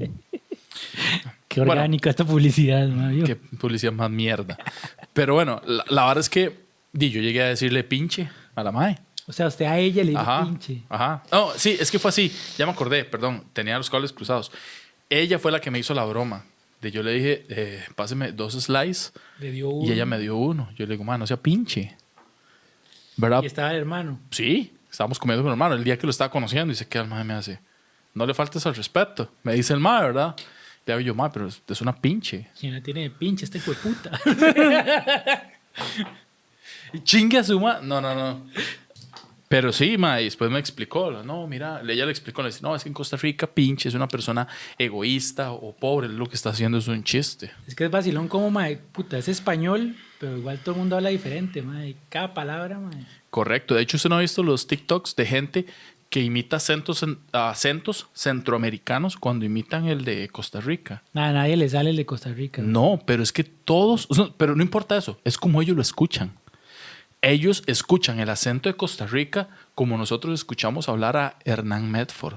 Qué Bueno. orgánica esta publicidad, ma, ¿vio? Qué publicidad más mierda. Pero bueno, la, la verdad es que di, yo llegué a decirle pinche a la mae. O sea, usted a ella le dice Ajá. pinche. Ajá. No, sí, es que fue así. Ya me acordé, perdón. Tenía los cables cruzados. Ella fue la que me hizo la broma. De yo le dije, eh, páseme dos slices. Le dio uno. Y ella me dio uno. Yo le digo, ma, no sea pinche. ¿Verdad? Y estaba el hermano. Sí, estábamos comiendo con mi hermano el día que lo estaba conociendo y dice que el mae me hace, no le faltes al respeto. Me dice el mae, ¿verdad? Le digo yo, mae, pero es, es una pinche. ¿Quién la tiene de pinche? Este hijo de puta. Y chingue a su mae. No, no, no. Pero sí, mae, y después me explicó, no, mira, ella le explicó, le dice, no, es que en Costa Rica pinche es una persona egoísta o pobre, lo que está haciendo es un chiste. Es que es vacilón como, mae, puta, es español, pero igual todo el mundo habla diferente, mae. Cada palabra, mae. Correcto. De hecho, usted no ha visto los TikToks de gente que imita acentos, acentos centroamericanos cuando imitan el de Costa Rica. Nada, a nadie le sale el de Costa Rica. No, pero es que todos, pero no importa eso, es como ellos lo escuchan. Ellos escuchan el acento de Costa Rica como nosotros escuchamos hablar a Hernán Medford.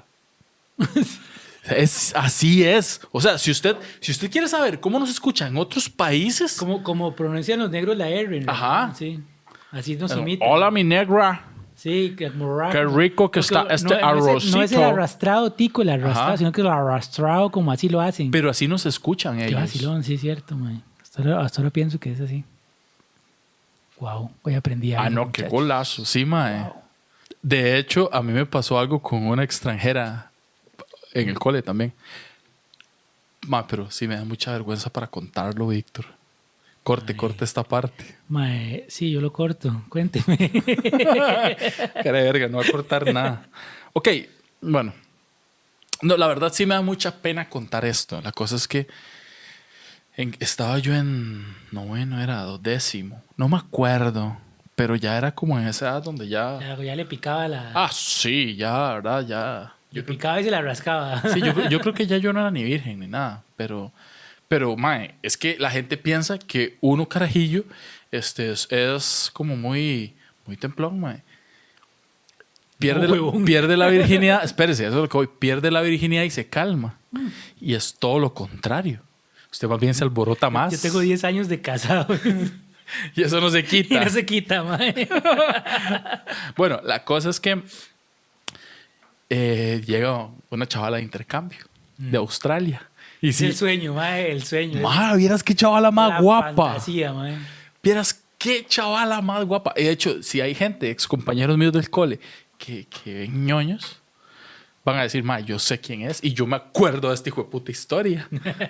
Es, así es. O sea, si usted, si usted quiere saber cómo nos escuchan en otros países. Como, como pronuncian los negros la R. ¿no? Ajá. Sí. Así nos Bueno, imitan. hola, mi negra. Sí, que morraco. Qué rico que Porque está este no, arrocito. No es el arrastrado tico, el arrastrado, Ajá. sino que el arrastrado como así lo hacen. Pero así nos escuchan Qué ellos. vacilón, sí, es cierto, man. Hasta ahora, hasta ahora pienso que es así. Wow, hoy aprendí algo. Ah, no, qué muchachos. golazo. Sí, mae. Wow. De hecho, a mí me pasó algo con una extranjera en el cole también. Ma, pero sí me da mucha vergüenza para contarlo, Víctor. Corte, Ay. corte esta parte. Mae, sí, yo lo corto. Cuénteme. Qué verga, no va a cortar nada. Ok, bueno. No, la verdad sí me da mucha pena contar esto. La cosa es que en- estaba yo en noveno, era décimo. No me acuerdo, pero ya era como en esa edad donde ya... Ya, ya le picaba la... Ah, sí, ya, ¿verdad? Ya... le picaba y se la rascaba. Sí, yo, yo creo que ya yo no era ni virgen ni nada, pero, pero, mae, es que la gente piensa que uno carajillo este, es, es como muy, muy templón, mae. Pierde, No, la, huevón. pierde la virginidad, espérese, eso es lo que voy, pierde la virginidad y se calma. Y es todo lo contrario. Usted más bien se alborota más. Yo tengo diez años de casado. Y eso no se Y quita. no se quita, mae. Bueno, la cosa es que eh, llega una chavala de intercambio de Australia. Y Es sí, el sueño, mae, el sueño. ma, vieras qué chavala más La guapa. fantasía, mae. Vieras qué chavala más guapa. Y de hecho, si hay gente, ex compañeros míos del cole, que, que ven ñoños, van a decir, ma, yo sé quién es y yo me acuerdo de esta hijo de puta historia.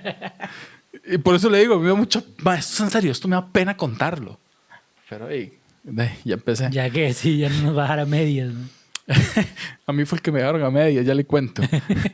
Y por eso le digo, me da mucha. Ma, esto es en serio, esto me da pena contarlo. Pero hey, de, ya empecé. Ya que sí, ya no nos va a dejar a medias, ¿no? A mí fue el que me dejaron a media, ya le cuento.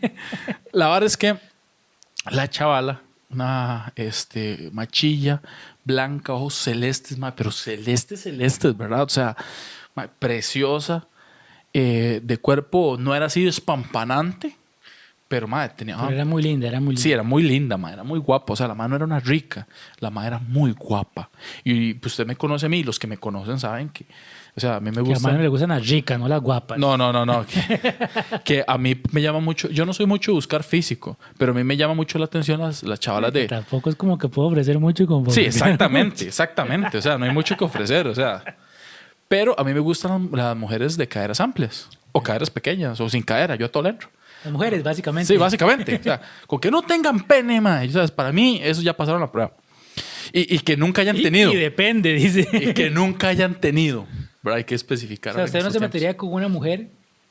La verdad es que la chavala, una este, machilla, blanca, ojos celestes, ma, pero celestes, celestes, ¿verdad? O sea, ma, preciosa, eh, de cuerpo no era así despampanante, pero ma, tenía... Pero era muy linda, era muy linda. Sí, era muy linda, ma, era muy guapa. O sea, la ma no era una rica, la ma era muy guapa. Y pues usted me conoce a mí, los que me conocen saben que, o sea, a mí me Que a gusta... Mano le gustan las ricas, no las guapas. No, no, no, no. Que, que a mí me llama mucho. Yo no soy mucho de buscar físico, pero a mí me llama mucho la atención las, las chavalas de. Tampoco es como que puedo ofrecer mucho con Sí, exactamente, exactamente. O sea, no hay mucho que ofrecer. O sea, pero a mí me gustan las mujeres de caderas amplias o caderas pequeñas o sin cadera. Yo a todo le entro. Las mujeres, básicamente. Sí, básicamente. O sea, con que no tengan pene, ma, ¿sabes? Para mí, eso ya pasaron la prueba. Y, y que nunca hayan Y- tenido. Y, depende, dice. Y que nunca hayan tenido. ¿Verdad? Hay que especificar. O sea, en usted no estos se tiempos. metería con una mujer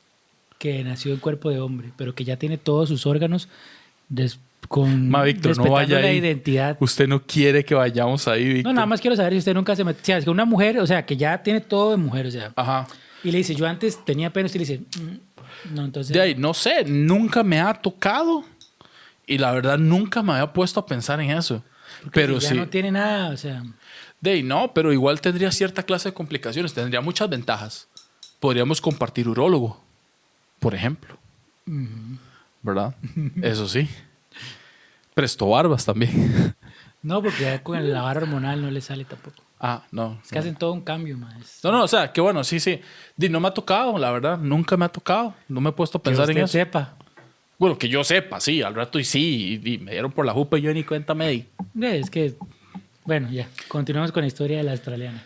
que nació en cuerpo de hombre, pero que ya tiene todos sus órganos des- con Ma, Víctor, no respetando vaya la ahí. identidad. Usted no quiere que vayamos ahí, Víctor. No, nada más quiero saber si usted nunca se mete. O sea, es que una mujer, o sea, que ya tiene todo de mujer, o sea, Ajá. y le dice, yo antes tenía pelo, y le dice, "Mm, no, entonces. De ahí, no sé, nunca me ha tocado y la verdad nunca me había puesto a pensar en eso. porque Pero si ya sí, no tiene nada, o sea. de ahí, no, pero igual tendría cierta clase de complicaciones, tendría muchas ventajas. Podríamos compartir urólogo, por ejemplo, mm, ¿verdad? Eso sí. Presto barbas también. No, porque ya con el lavar hormonal no le sale tampoco. Ah, no. Es que hacen todo un cambio, más. No, no, o sea, que bueno, sí, sí. Di, no me ha tocado, la verdad, nunca me ha tocado. No me he puesto a Que pensar usted en eso. sepa. Bueno, que yo sepa, sí, al rato y sí, y, y me dieron por la jupa y yo ni cuenta me di. Eh, Es que, bueno, ya, continuamos con la historia de la australiana.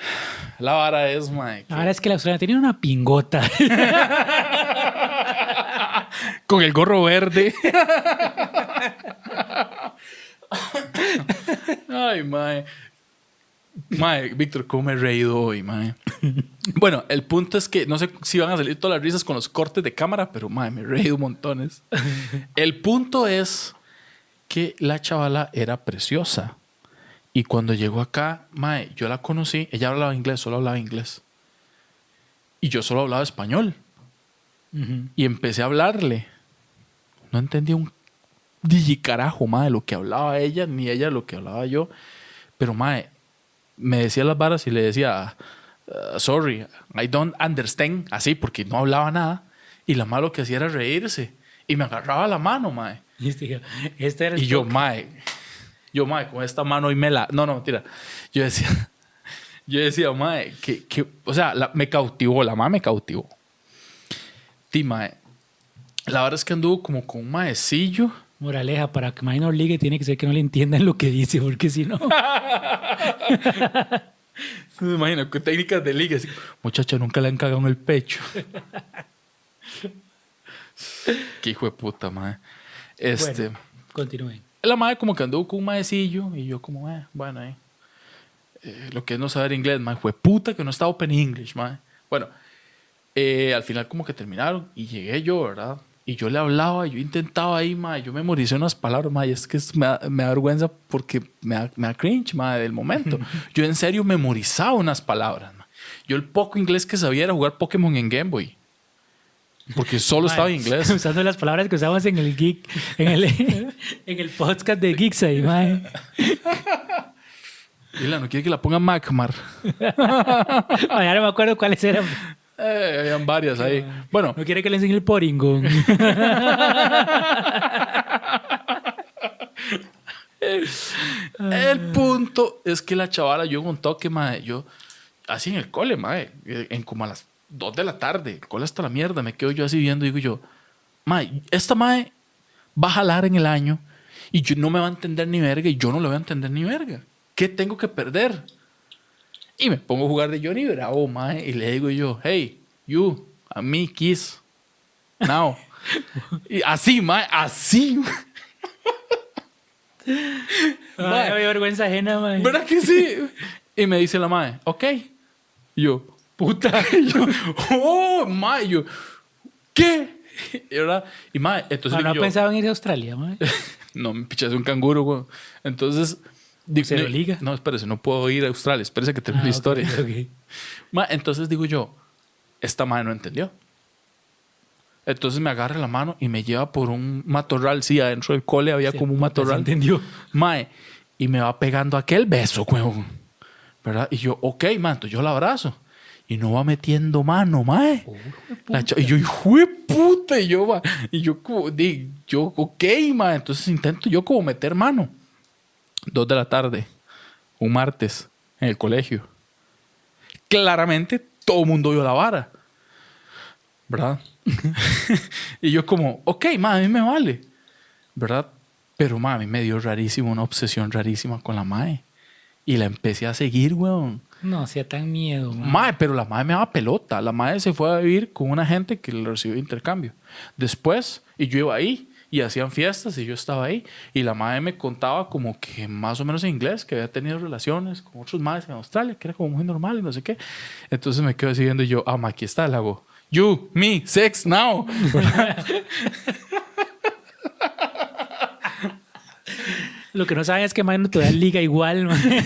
La vara es, mae. que- Ahora es que la australiana tenía una pingota. Con el gorro verde. Ay, mae. Mae, Víctor, ¿cómo me he reído hoy, mae? Bueno, el punto es que no sé si van a salir todas las risas con los cortes de cámara, pero mae, me he reído montones. El punto es que la chavala era preciosa. Y cuando llegó acá, mae, yo la conocí. Ella hablaba inglés, solo hablaba inglés. Y yo solo hablaba español. Uh-huh. Y empecé a hablarle. No entendía un digicarajo, mae, de lo que hablaba ella, ni ella lo que hablaba yo. Pero, mae, me decía las varas y le decía, uh, sorry, I don't understand. Así, porque no hablaba nada. Y la mae lo que hacía era reírse. Y me agarraba la mano, mae. Y este, este era el Y yo, toque. mae, yo, mae, con esta mano y me la... No, no, mentira. Yo decía, yo decía, mae, que, que o sea, la, me cautivó, la mae me cautivó. Sí, mae. La verdad es que anduvo como con un maecillo. Moraleja, para que Mae no ligue tiene que ser que no le entiendan lo que dice, porque si no... No me imagino, con técnicas de liga. Así, muchacha, nunca le han cagado en el pecho. Qué hijo de puta, mae. Este... Bueno, continúen. La madre como que anduvo con un maecillo y yo como, eh, bueno, eh, eh, lo que es no saber inglés, mae, fue puta que no está Open English, mae. Bueno, eh, al final como que terminaron y llegué yo, ¿verdad? Y yo le hablaba, yo intentaba ahí, mae, yo memoricé unas palabras, mae, y es que es- me, da, me da vergüenza porque me da, me da cringe, mae, del momento. Yo en serio memorizaba unas palabras, mae. Yo el poco inglés que sabía era jugar Pokémon en Game Boy. Porque solo Mae, estaba en inglés. Usando las palabras que usamos en el geek, en el, en el podcast de Geeks ahí, mae. Dila, no quiere que la ponga Macmar. Mae, ahora me acuerdo cuáles eran. Eh, habían varias ahí. Bueno, No quiere que le enseñe el Porygon. el punto es que la chavala, yo en un toque, mae, yo, así en el cole, mae, en como a las dos de la tarde, el cole hasta la mierda, me quedo yo así viendo y digo yo, mae, esta mae va a jalar en el año y yo no me va a entender ni verga y yo no le voy a entender ni verga. ¿Qué tengo que perder? Y me pongo a jugar de Johnny Bravo, mae, y le digo yo, hey, you, a mí, kiss, now. Y así, mae, así. Mae, me dio vergüenza ajena, mae. ¿Verdad que sí? Y me dice la mae, ok. Y yo, puta. Y yo, oh, mae. Y yo, ¿qué? Y, ¿verdad? Y mae, entonces Ah, digo no yo, pensaba en ir a Australia, mae. no, me pichas un canguro, güey. Entonces, digo, ¿Se lo no, liga? No, espérese, no puedo ir a Australia. Espérese que termine Ah, la ok, historia. ok. Mae, entonces digo yo, esta mae no entendió. Entonces me agarra la mano y me lleva por un matorral. Sí, adentro del cole había Sí, como un puta, matorral. ¿se entendió? Mae, y me va pegando aquel beso, huevón. ¿Verdad? Y yo, ok, man, entonces yo la abrazo. Y no va metiendo mano, mae. La cha- y yo, hijo de puta. Y yo, ma, y yo, como, di, yo, ok, mae. Entonces intento yo como meter mano. Dos de la tarde, un martes, en el colegio. Claramente todo el mundo vio la vara. ¿Verdad? Y yo como, ok, ma, a mí me vale. ¿Verdad? Pero, ma, a mí me dio rarísimo, una obsesión rarísima con la mae. Y la empecé a seguir, weón. No, sea tan miedo, mae. Mae, pero la mae me daba pelota. La mae se fue a vivir con una gente que le recibió intercambio. Después, y yo iba ahí, y hacían fiestas, y yo estaba ahí. Y la mae me contaba como que más o menos en inglés, que había tenido relaciones con otros maes en Australia, que era como muy normal y no sé qué. Entonces me quedo siguiendo y yo, ah, ma, aquí está el lago. You, me, sex, now. Lo que no saben es que mae no todavía liga igual, mae.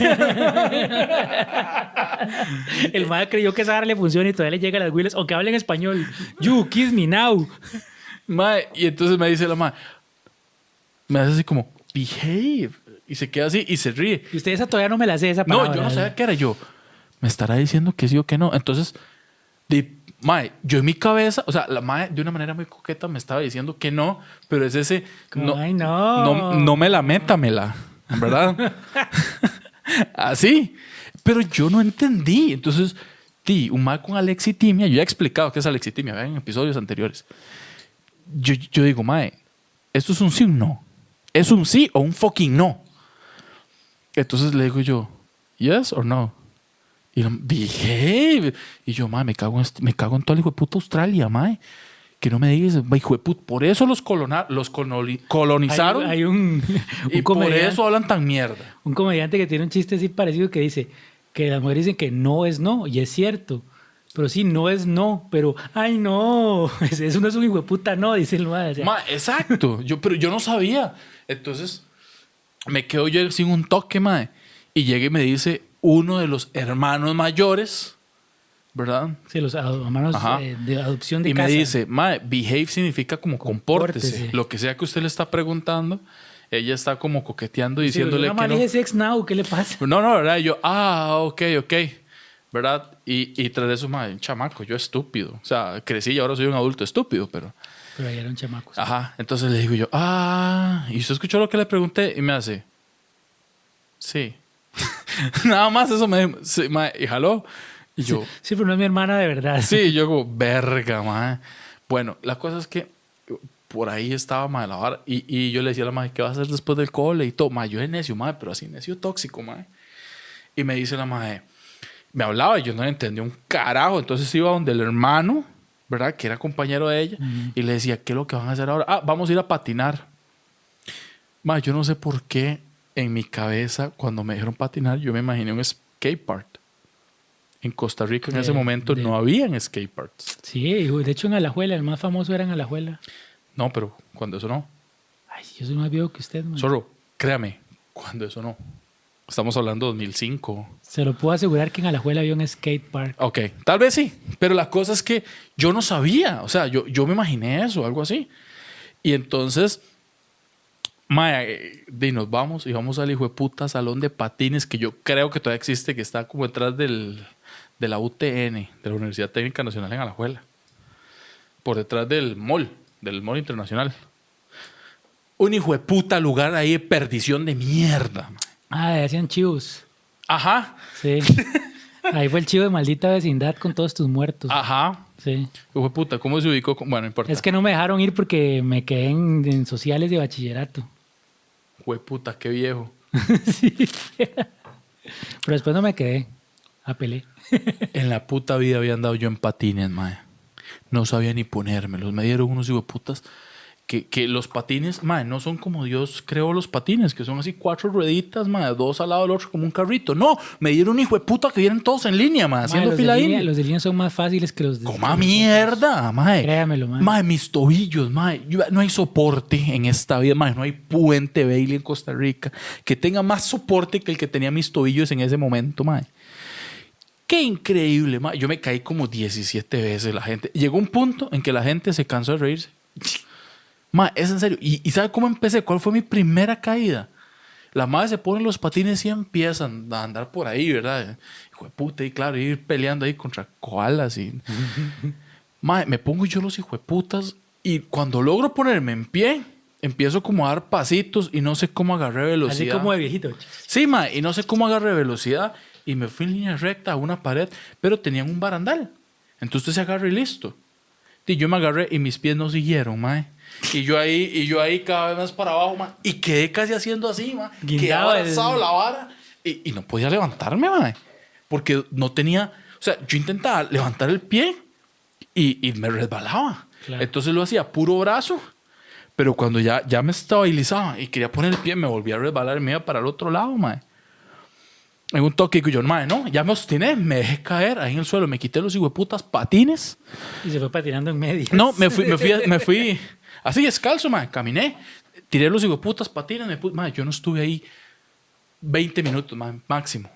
El mae creyó que esa vara le funciona y todavía le llega a las Willis, o que hable en español. You, kiss me now. Mae, y entonces me dice la mae, me hace así como, behave. Y se queda así y se ríe. Y usted esa todavía no me la sé, esa No, palabra. yo no sabía qué era. Yo, me estará diciendo que sí o que no. Entonces, de, mae, yo en mi cabeza, o sea, la mae de una manera muy coqueta me estaba diciendo que no, pero es ese, Como, no, ay, no. no, no me la métamela, ¿verdad? Así. Pero yo no entendí. Entonces, tí, un mae con alexitimia, yo ya he explicado qué es alexitimia, vean en episodios anteriores. Yo, yo digo, mae, ¿esto es un sí o un no? ¿Es un sí o un fucking no? Entonces le digo yo, ¿yes or no? Y lo, behave. Y yo, mae, me cago en, este- me cago en todo el hijo de puta Australia, mae. que no me digas, hijo de puta, por eso los, colona, los coloni, colonizaron. Hay, hay un, un y por eso hablan tan mierda. Un comediante que tiene un chiste así parecido que dice que las mujeres dicen que no es no, y es cierto. Pero sí, no es no, pero ¡ay, no! Eso no es un hijo de puta no, dice el madre. O sea. Ma, exacto, yo, pero yo no sabía. Entonces, me quedo yo sin un toque, madre. Y llega y me dice uno de los hermanos mayores, ¿verdad? Sí, los hermanos eh, de adopción de y casa. Y me dice, madre, behave significa como compórtese. compórtese. Lo que sea que usted le está preguntando, ella está como coqueteando, sí, diciéndole yo que no. sex now, ¿qué le pasa? No, no, ¿verdad? Y yo, ah, ok, ok. ¿Verdad? Y, y tras eso, madre, un chamaco, yo estúpido. O sea, crecí y ahora soy un adulto estúpido, pero... Pero ahí era un chamaco. Sí. Ajá. Entonces le digo yo, ah... ¿Y usted escuchó lo que le pregunté? Y me hace, sí. Nada más eso me dijo, sí, madre, y jaló. Y yo... Sí, sí, pero no es mi hermana de verdad. Sí, yo como, verga, madre. Bueno, la cosa es que por ahí estaba, madre, la vara. Y, y yo le decía a la madre, ¿qué vas a hacer después del cole? Y todo, madre, yo es necio, madre, pero así necio tóxico, madre. Y me dice la madre... Me hablaba y yo no le entendía un carajo. Entonces iba donde el hermano, ¿verdad? Que era compañero de ella. Uh-huh. Y le decía, ¿qué es lo que van a hacer ahora? Ah, vamos a ir a patinar. Ma, yo no sé por qué en mi cabeza, cuando me dijeron patinar, yo me imaginé un skate park. En Costa Rica en de, ese momento de... no habían skate parks. Sí, de hecho en Alajuela, el más famoso era en Alajuela. No, pero cuando eso no. Ay, yo soy más viejo que usted, man. Solo, créame, cuando eso no. Estamos hablando de dos mil cinco. Se lo puedo asegurar que en Alajuela había un skate park. Ok, tal vez sí. Pero la cosa es que yo no sabía. O sea, yo, yo me imaginé eso, algo así. Y entonces, mae, de nos vamos y vamos al hijo de puta salón de patines que yo creo que todavía existe, que está como detrás del, de la U T N, de la Universidad Técnica Nacional en Alajuela. Por detrás del mall, del mall internacional. Un hijo de puta lugar ahí de perdición de mierda, mae. Ah, hacían chivos. Ajá. Sí. Ahí fue el chivo de maldita vecindad con todos tus muertos. Ajá. Sí. Hijo de puta, ¿cómo se ubicó? Bueno, no importa. Es que no me dejaron ir porque me quedé en, en sociales de bachillerato. Hijo de puta, qué viejo. Sí. Pero después no me quedé. Apelé. En la puta vida había andado yo en patines, mae. No sabía ni ponérmelos. Me dieron unos hijo de putas. Que, que los patines, mae, no son como Dios creó los patines, que son así cuatro rueditas, mae, dos al lado del otro como un carrito. No, me dieron un hijo de puta que vienen todos en línea, mae, haciendo los fila de ahí. Línea, los de línea son más fáciles que los de... ¡Coma mierda, mae! Créamelo, mae. Mae, mis tobillos, mae. Yo, no hay soporte en esta vida, mae. No hay puente Bailey en Costa Rica que tenga más soporte que el que tenía mis tobillos en ese momento, mae. ¡Qué increíble, mae! Yo me caí como diecisiete veces la gente. Llegó un punto en que la gente se cansó de reírse. Ma, es en serio. ¿Y, ¿Y sabe cómo empecé? ¿Cuál fue mi primera caída? La madre se pone los patines y empiezan a andar por ahí, ¿verdad? Hijo de puta, y claro, ir peleando ahí contra koalas. Y... ma, me pongo yo los hijo de putas y cuando logro ponerme en pie, empiezo como a dar pasitos y no sé cómo agarré velocidad. Así como de viejito. Sí, ma, y no sé cómo agarré velocidad y me fui en línea recta a una pared, pero tenían un barandal. Entonces se agarra y listo. Y yo me agarré y mis pies no siguieron, ma. Y yo ahí, y yo ahí cada vez más para abajo, ma. Y quedé casi haciendo así, ma. Quedé abrazado el... la vara. Y, y no podía levantarme, ma. Porque no tenía... O sea, yo intentaba levantar el pie y, y me resbalaba. Claro. Entonces lo hacía puro brazo. Pero cuando ya, ya me estabilizaba y quería poner el pie, me volvía a resbalar y me iba para el otro lado, ma. En un toque y yo, ma, no, ya me obstiné, me dejé caer ahí en el suelo, me quité los hijueputas patines. Y se fue patinando en medio. No, me fui, me fui, me fui así descalzo, ma, caminé, tiré los hijueputas patines, me puse, ma, yo no estuve ahí veinte minutos, ma, máximo.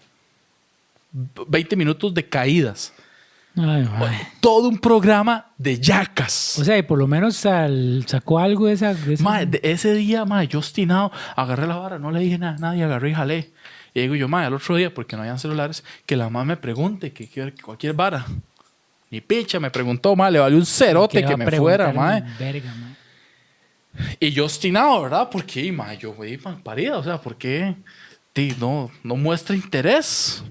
veinte minutos de caídas. Ay, todo un programa de yacas. O sea, y por lo menos sal, sacó algo de esa... De esa... Ma, de ese día, ma, yo obstinado, agarré la vara, no le dije nada a nadie, agarré y jalé. Y digo yo, ma, al otro día, porque no habían celulares, que la mamá me pregunte que, que, que cualquier vara. Ni picha me preguntó, ma, le valió un cerote que me fuera, ma. Verga, ma. Y yo obstinado, ¿verdad? Porque, ma, yo fui parida, o sea, ¿por qué? Tí, no, no muestra interés.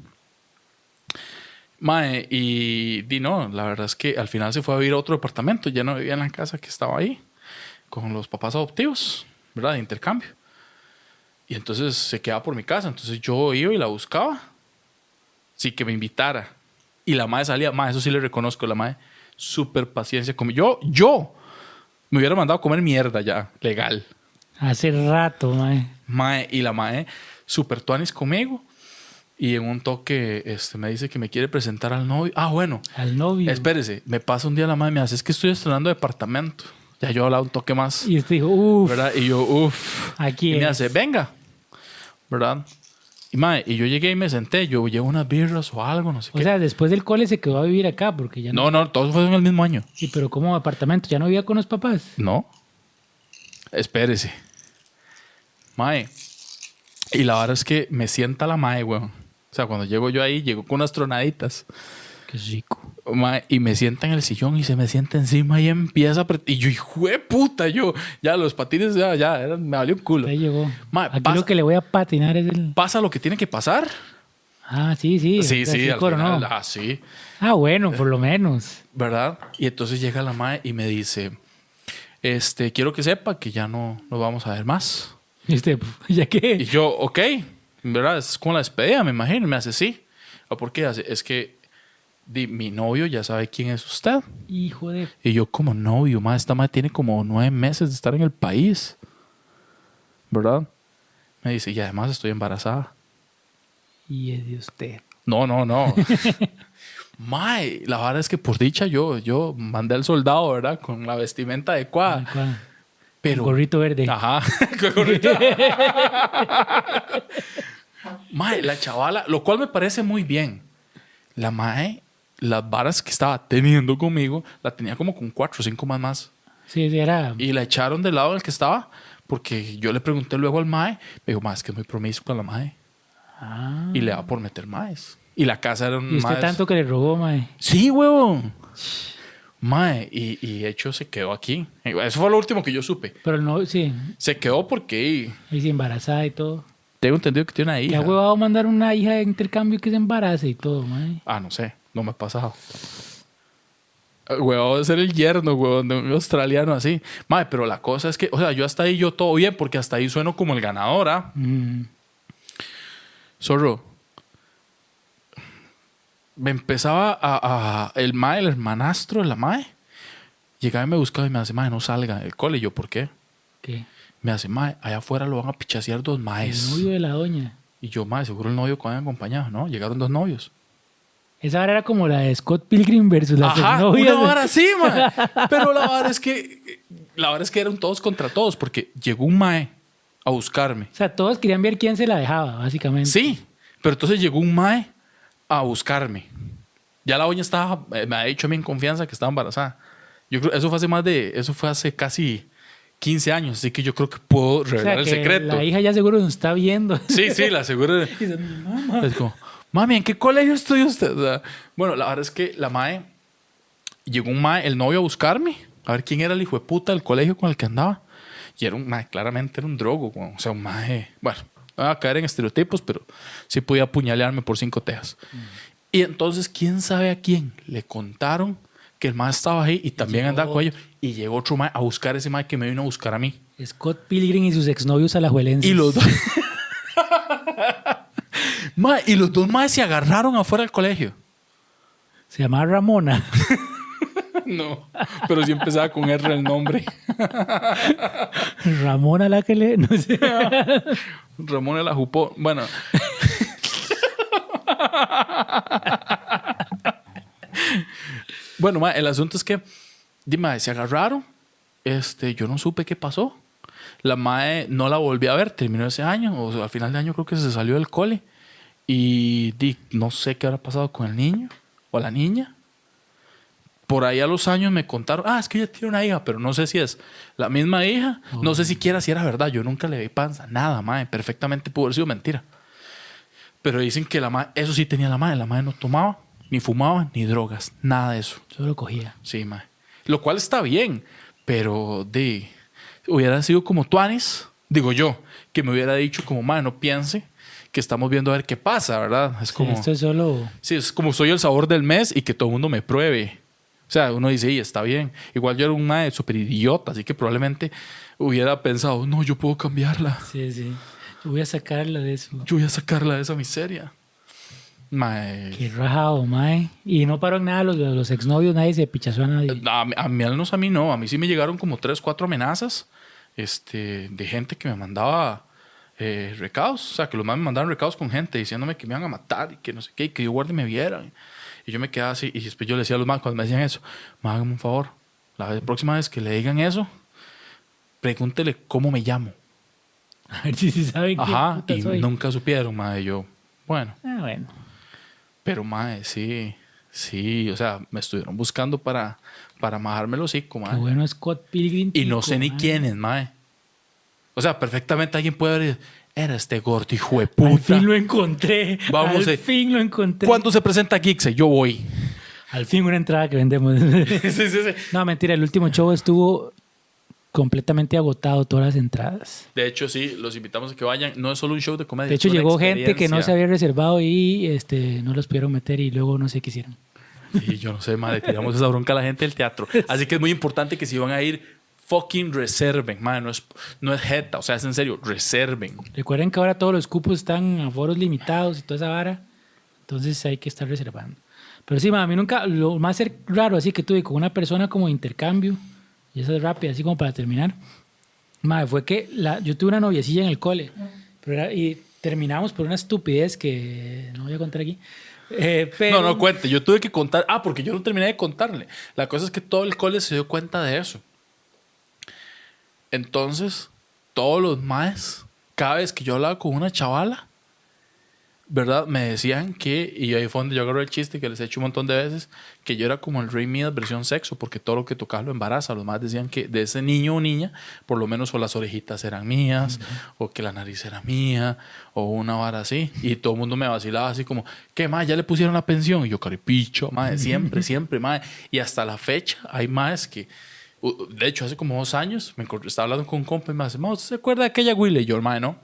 Ma, y di no, la verdad es que al final se fue a vivir a otro departamento, ya no vivía en la casa que estaba ahí, con los papás adoptivos, ¿verdad? De intercambio. Y entonces se quedaba por mi casa. Entonces yo iba y la buscaba. Sí, que me invitara. Y la madre salía. Madre, eso sí le reconozco. La madre, súper paciencia conmigo. Yo, yo, Me hubiera mandado a comer mierda ya, legal. Hace rato, mae. Mae, y la mae, super tuanis conmigo. Y en un toque este, me dice que me quiere presentar al novio. Ah, bueno. Al novio. Espérese, me pasa un día la mae y me hace, es que estoy estrenando departamento. Ya yo hablaba un toque más. Y usted dijo, uff. ¿Verdad? Y yo, uff. Aquí Y me es. hace, venga. ¿Verdad? Y mae, y yo llegué y me senté. Yo llevo unas birras o algo, no sé O qué. sea, después del cole se quedó a vivir acá porque ya no. No, no, todos fueron en el mismo año. Sí, pero como apartamento, ya no vivía con los papás. No. Espérese. Mae. Y la verdad es que me sienta la mae, weón. O sea, cuando llego yo ahí, llego con unas tronaditas. Qué rico. Mae, y me sienta en el sillón y se me sienta encima y empieza a apretar. Y yo, hijo de puta, yo. Ya, los patines, ya, ya, eran- me valió un culo. Ahí llegó. Ma, Aquí pasa- lo que le voy a patinar es el. Pasa lo que tiene que pasar. Ah, sí, sí. Sí, o sea, sí, al coronó. final. Ah, sí. Ah, bueno, por lo menos. ¿Verdad? Y entonces llega la mae y me dice, este, quiero que sepa que ya no nos vamos a ver más. Y usted, pf, ¿ya Y qué? yo, ok, ¿verdad? Es como la despedida, me imagino. Y me hace, sí. ¿O por qué? Hace, es que di, mi novio ya sabe quién es usted. Hijo de. Y yo, como novio, mae, esta mae tiene como nueve meses de estar en el país. ¿Verdad? Me dice, y además estoy embarazada. Y es de usted. No, no, no. Mae, la verdad es que por dicha yo, yo mandé al soldado, ¿verdad? Con la vestimenta adecuada. Tal cual. Pero, Un gorrito verde. Ajá. Con gorrito. Mae, la chavala, lo cual me parece muy bien. La mae, las varas que estaba teniendo conmigo, la tenía como con cuatro o cinco más más. Sí, sí, era. Y la echaron del lado en el que estaba, porque yo le pregunté luego al mae, me dijo, mae, es que es muy promiscua la mae. Ah. Y le va por meter maes. Y la casa era un Y usted maes- tanto que le robó, mae. Sí, huevón. Mae, y, y hecho se quedó aquí. Eso fue lo último que yo supe. Pero no, sí. Se quedó porque Y sí, embarazada y todo. tengo entendido que tiene una ¿Qué hija. ha huevado mandar una hija de intercambio que se embarace y todo, mae? Ah, no sé, no me ha pasado. Huevón de ser el yerno, huevón, de un australiano así. Mae, pero la cosa es que, o sea, yo hasta ahí yo todo bien, porque hasta ahí sueno como el ganador, ¿ah? Mm. Zorro. Me empezaba a, a- el mae, el hermanastro de la mae. Llegaba y me buscaba y me hace, mae, no salga del cole. Y yo, ¿por qué? ¿Qué? Me hace, mae, allá afuera lo van a pichasear dos El maes. novio de la doña. Y yo, mae, seguro el novio que van acompañado, ¿no? Llegaron dos novios. Esa vara era como la de Scott Pilgrim versus las Ajá, novias. una vara así, mae. Pero la vara es que, la vara es que eran todos contra todos, porque llegó un mae a buscarme. O sea, todos querían ver quién se la dejaba, básicamente. Sí, pero entonces llegó un mae a buscarme. Ya la doña estaba, eh, me ha dicho a mí en confianza que estaba embarazada. Yo creo, eso fue hace más de, eso fue hace casi quince años, así que yo creo que puedo O sea, revelar el que secreto. la hija ya seguro nos está viendo. Sí, sí, la seguro. Y dice, "Mamá". Es como, mami, ¿en qué colegio estudia usted? O sea, bueno, la verdad es que la mae, llegó un mae, el novio a buscarme, a ver quién era el hijo de puta del colegio con el que andaba. Y era un mae, claramente era un drogo, weón. O sea, un mae, bueno, no voy a caer en estereotipos, pero sí podía apuñalearme por cinco tejas. Y entonces, ¿quién sabe a quién? Le contaron que el mae estaba ahí y también llegó- andaba con ellos. Y llegó otro mae a buscar ese mae que me vino a buscar a mí. Scott Pilgrim y sus exnovios alajuelenses. Y los dos... Mae, y los dos maes se agarraron afuera del colegio. Se llamaba Ramona. No, pero sí empezaba con R el nombre. Ramona la que le... No sé. Ramón de la Jupó. Bueno. Bueno, ma, el asunto es que, dime, se agarraron. Este, yo no supe qué pasó. La mae no la volví a ver, terminó ese año, o sea, al final de año creo que se salió del cole. Y di, no sé qué habrá pasado con el niño o la niña. Por ahí a los años me contaron, ah, es que ella tiene una hija, pero no sé si es la misma hija. Oh. No sé siquiera si era verdad. Yo nunca le vi panza, nada, mae. Perfectamente pudo haber sido mentira. Pero dicen que la mae, eso sí tenía la mae. La mae no tomaba, ni fumaba, ni drogas. Nada de eso. Solo cogía. Sí, mae. Lo cual está bien, pero de, hubiera sido como tuanis, digo yo, que me hubiera dicho como, mae, no piense que estamos viendo a ver qué pasa, ¿verdad? Es Sí, como, esto es solo... sí, es como soy el sabor del mes y que todo el mundo me pruebe. O sea, uno dice, y está bien. Igual yo era un mae súper idiota, así que probablemente hubiera pensado, no, yo puedo cambiarla. Sí, sí. Yo voy a sacarla de eso. Yo voy a sacarla de esa miseria. Mae. Qué rajado, mae. Y no paró en nada los, los exnovios, nadie se pichazó a nadie. A, mí- a mí, al menos a mí no. A mí sí me llegaron como tres, cuatro amenazas este, de gente que me mandaba eh, recados. O sea, que los más me mandaron recados con gente diciéndome que me iban a matar y que no sé qué, y que yo guarde me vieran. Y yo me quedaba así. Y después yo le decía a los más, cuando me decían eso, "Ma, hágame un favor. La vez- próxima vez que le digan eso, pregúntele cómo me llamo." A ver si sí saben qué Ajá. puta Y soy. nunca supieron, madre. Yo, bueno. Ah, bueno. Pero, madre, sí. Sí, o sea, me estuvieron buscando para, para majarme el hocico, Qué madre. bueno Scott Pilgrim. Y no sé tico, ni mae. quién es, mae. O sea, perfectamente alguien puede haber dicho, era este gordo hijo de Al puta. fin lo encontré. Vamos, Al eh. fin lo encontré. ¿Cuándo se presenta Geekse? Yo voy. Al fin una entrada que vendemos. sí, sí, sí. No, mentira. El último show estuvo completamente agotado, todas las entradas. De hecho, sí, los invitamos a que vayan. No es solo un show de comedia. De hecho, es una llegó gente que no se experiencia. había reservado y este, no los pudieron meter y luego no sé qué hicieron. Y yo no sé, madre, tiramos esa bronca a la gente del teatro. Así que es muy importante que si van a ir, fucking reserven, madre. No es, no es jeta, o sea, es en serio, reserven. Recuerden que ahora todos los cupos están a foros limitados y toda esa vara. Entonces hay que estar reservando. Pero sí, ma, a mí nunca, lo más cer- raro así que tuve con una persona como de intercambio, y eso es rápido, así como para terminar, ma, fue que la, yo tuve una noviecilla en el cole, pero era- y terminamos por una estupidez que no voy a contar aquí. Eh, pero, No, no cuente. Yo tuve que contar. Ah, porque yo no terminé de contarle. La cosa es que todo el cole se dio cuenta de eso. Entonces, todos los maes, cada vez que yo hablaba con una chavala, ¿verdad? Me decían que, y ahí fue donde yo agarré el chiste que les he hecho un montón de veces, que yo era como el Rey Midas versión sexo, porque todo lo que tocaba lo embaraza. Los más decían que de ese niño o niña, por lo menos o las orejitas eran mías, uh-huh. o que la nariz era mía, o una vara así. Y todo el mundo me vacilaba así como, ¿qué más? ¿Ya le pusieron la pensión? Y yo, caripicho, madre, siempre, siempre, madre. Y hasta la fecha hay más que, de hecho, hace como dos años, me encontré, estaba hablando con un compa y me dice, ¿usted se acuerda de aquella Willy? Y yo, madre, no.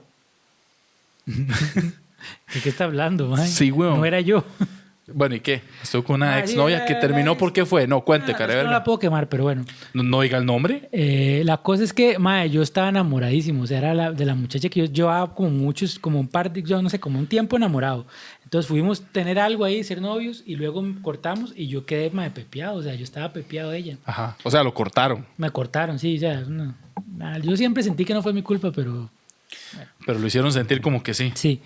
¿De qué está hablando, man? Sí, weón. No era yo. Bueno, ¿y qué? Estuve con una Ah, exnovia sí, que la- terminó. la- ¿Por qué fue? No, cuente, Ah, care, es que no verga. la puedo quemar, pero bueno. No, no diga el nombre. Eh, la cosa es que, madre, yo estaba enamoradísimo. O sea, era la, de la muchacha que yo llevaba como muchos, como un par de, yo no sé, como un tiempo enamorado. Entonces fuimos a tener algo ahí, ser novios, y luego cortamos y yo quedé, madre, pepeado. O sea, yo estaba pepeado de ella. Ajá. O sea, lo cortaron. Me cortaron, sí, ya. No, nada, yo siempre sentí que no fue mi culpa, pero Pero lo hicieron sentir como que sí. sí.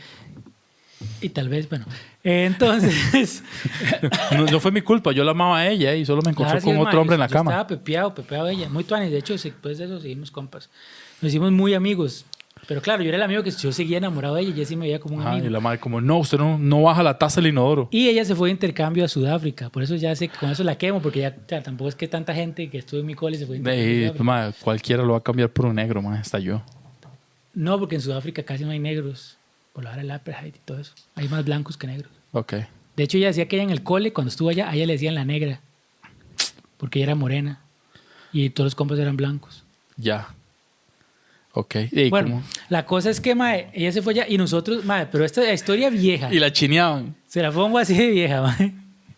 Y tal vez, bueno. Eh, entonces, No, no fue mi culpa. Yo la amaba a ella y solo me encontré ahora sí con es, otro mae, hombre yo- en la yo cama. Estaba pepeado, pepeado de ella. Muy tuanis. De hecho, después de eso seguimos compas. Nos hicimos muy amigos. Pero claro, yo era el amigo que yo seguía enamorado de ella y ella sí me veía como un Ajá, amigo. y la madre como, no, usted no, no baja la taza del inodoro. Y ella se fue de intercambio a Sudáfrica. Por eso ya sé, con eso la quemo, porque ya o sea, tampoco es que tanta gente que estuvo en mi cole se fue de intercambio a De, Sudáfrica. madre, cualquiera lo va a cambiar por un negro, madre. Hasta yo. No, porque en Sudáfrica casi no hay negros. Por la hora del apartheid y todo eso. Hay más blancos que negros. Ok. De hecho, ella decía que ella en el cole, cuando estuvo allá, a ella le decían la negra. Porque ella era morena. Y todos los compas eran blancos. Ya. Ok. ¿Y, Bueno, cómo? la cosa es que, mae, ella se fue allá y nosotros, mae, pero esta es la historia vieja. y la chineaban. Se la pongo así de vieja, mae.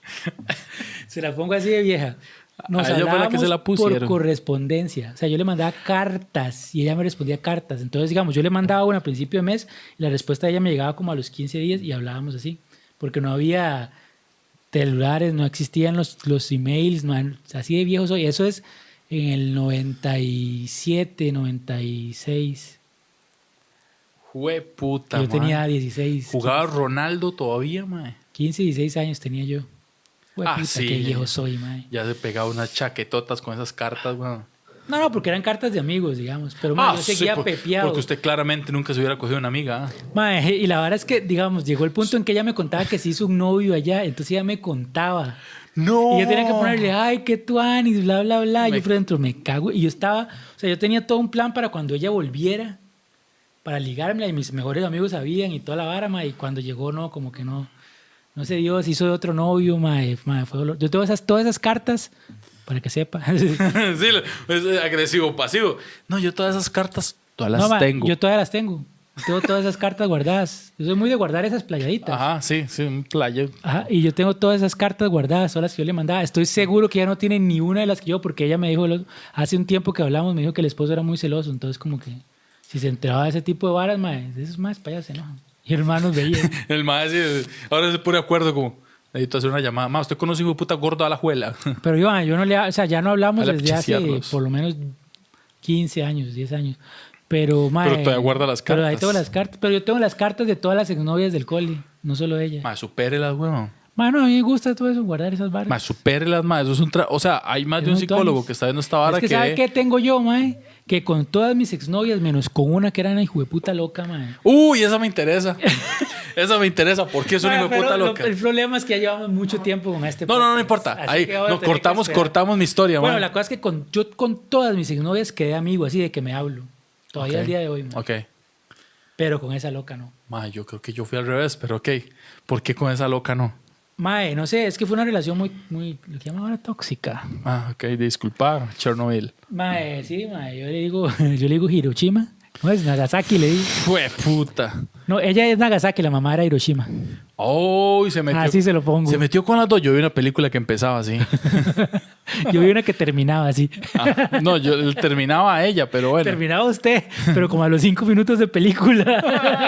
Se la pongo así de vieja. Nos A ella fue la que hablábamos se la pusieron. por correspondencia. O sea, yo le mandaba cartas y ella me respondía cartas. Entonces, digamos, yo le mandaba una a principio de mes y la respuesta de ella me llegaba como a los quince días y hablábamos así. Porque no había celulares, no existían los, los emails, no, así de viejo soy. Eso es en el noventa y siete, noventa y seis. Jue puta, Yo madre. tenía dieciséis. ¿Jugaba Ronaldo todavía, madre? quince, dieciséis años tenía yo. Hue Ah, puta, sí. qué viejo soy, mae. Ya se pegaba unas chaquetotas con esas cartas, weón. No, no, porque eran cartas de amigos, digamos. Pero mae, yo sí, seguía por- pepeado. Porque usted claramente nunca se hubiera cogido una amiga. ¿ah? Mae, y la verdad es que, digamos, llegó el punto en que ella me contaba que se hizo un novio allá, entonces ella me contaba. No. Y yo tenía que ponerle, ay, qué tuanis, bla, bla, bla. Me- Yo por dentro me cago. Y yo estaba, o sea, yo tenía todo un plan para cuando ella volviera, para ligármela, y mis mejores amigos sabían y toda la vara, mae. Y cuando llegó, no, como que no, no se dio, se hizo de otro novio, mae. mae fue dolor. Yo tengo esas, todas esas cartas, para que sepa. sí, es agresivo, pasivo. No, yo todas esas cartas, todas las No, mae, tengo. yo todavía las tengo. Tengo todas esas cartas guardadas. Yo soy muy de guardar esas playaditas. Ajá, sí, sí, un playo. Ajá, y yo tengo todas esas cartas guardadas, todas las que yo le mandaba. Estoy seguro que ella no tiene ni una de las que yo, porque ella me dijo, lo- hace un tiempo que hablamos, me dijo que el esposo era muy celoso. Entonces, como que si se enteraba de ese tipo de varas, mae, de esos más para allá se enojan. Y hermanos veían. El mae sí, ahora se pone de acuerdo como, necesito hacer una llamada. Ma, ¿usted conoce a hijo de puta gordo a la juela? Pero Iván, yo no le, o sea, ya no hablamos Dale a desde hace pichasearlos. por lo menos quince años, diez años. Pero, mae, Pero todavía guarda las Pero ahí cartas. tengo las cartas. Pero yo tengo las cartas de todas las exnovias del coli, no solo ella. Ma, supérelas, weón. Mano, a mí me gusta todo eso, guardar esas barras. Ma, supérelas, ma. Eso es un tra... O sea, hay más Es de un muy psicólogo tuanis. que está viendo esta vara Es que, que... ¿sabe qué tengo yo, mae? Que con todas mis exnovias, menos con una que era una hijo de puta loca, mae. Uy, esa me interesa. Esa me interesa. ¿Por qué es una Mae, hijo de pero puta lo- loca? el problema es que ya llevamos mucho tiempo con este No, no, no, no podcast, importa. así Ahí, que vamos a no, tener que cortamos, esperar. cortamos mi historia, Bueno, ma. la cosa es que con, yo con todas mis exnovias quedé amigo, así de que me hablo. Todavía Ok. al día de hoy, mae. Ok. Pero con esa loca no. Ma, yo creo que yo fui al revés, pero ok. ¿Por qué con esa loca no? Mae, no sé, es que fue una relación muy, muy, lo que llaman ahora tóxica. Ah, ok. Disculpa, Chernobyl. Mae, sí, mae, yo le digo, yo le digo Hiroshima. No es Nagasaki, le digo. Fue puta. No, ella es Nagasaki, la mamá era Hiroshima. Oh, y se metió. Así se lo pongo. Se metió con las dos. Yo vi una película que empezaba así. Yo vi una que terminaba así. Ah, no, yo terminaba a ella, pero bueno. Terminaba usted, pero como a los cinco minutos de película.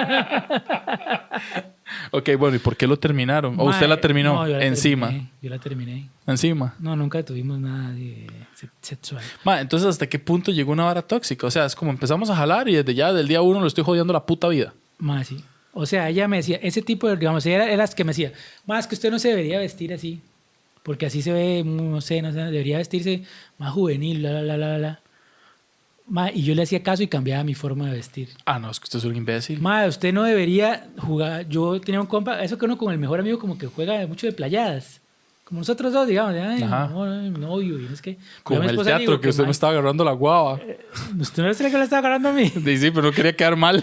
Ok, bueno, ¿y por qué lo terminaron? ¿O Mae, usted la terminó no, yo la encima? terminé, yo la terminé. Encima. No, nunca tuvimos nada de se- sexual. Ma, entonces, ¿hasta qué punto llegó una vara tóxica? O sea, es como empezamos a jalar y desde ya, del día uno, lo estoy jodiendo la puta vida. Más sí. O sea, ella me decía, ese tipo de, digamos, ella era, era las que me decía, más que usted no se debería vestir así, porque así se ve, no sé, no sé, debería vestirse más juvenil, la, la, la, la, la. Ma, y yo le hacía caso y cambiaba mi forma de vestir. Ah, no, es que usted es un imbécil. Ma, usted no debería jugar. Yo tenía un compa, eso que uno con el mejor amigo como que juega mucho de playadas. Como nosotros dos, digamos, de, ay, Ajá. no, no, mi novio, y no es que. Como mi el esposa le teatro digo que usted ma, me estaba agarrando la guava. ¿Usted no sé que le estaba agarrando a mí? Sí, sí, pero no quería quedar mal.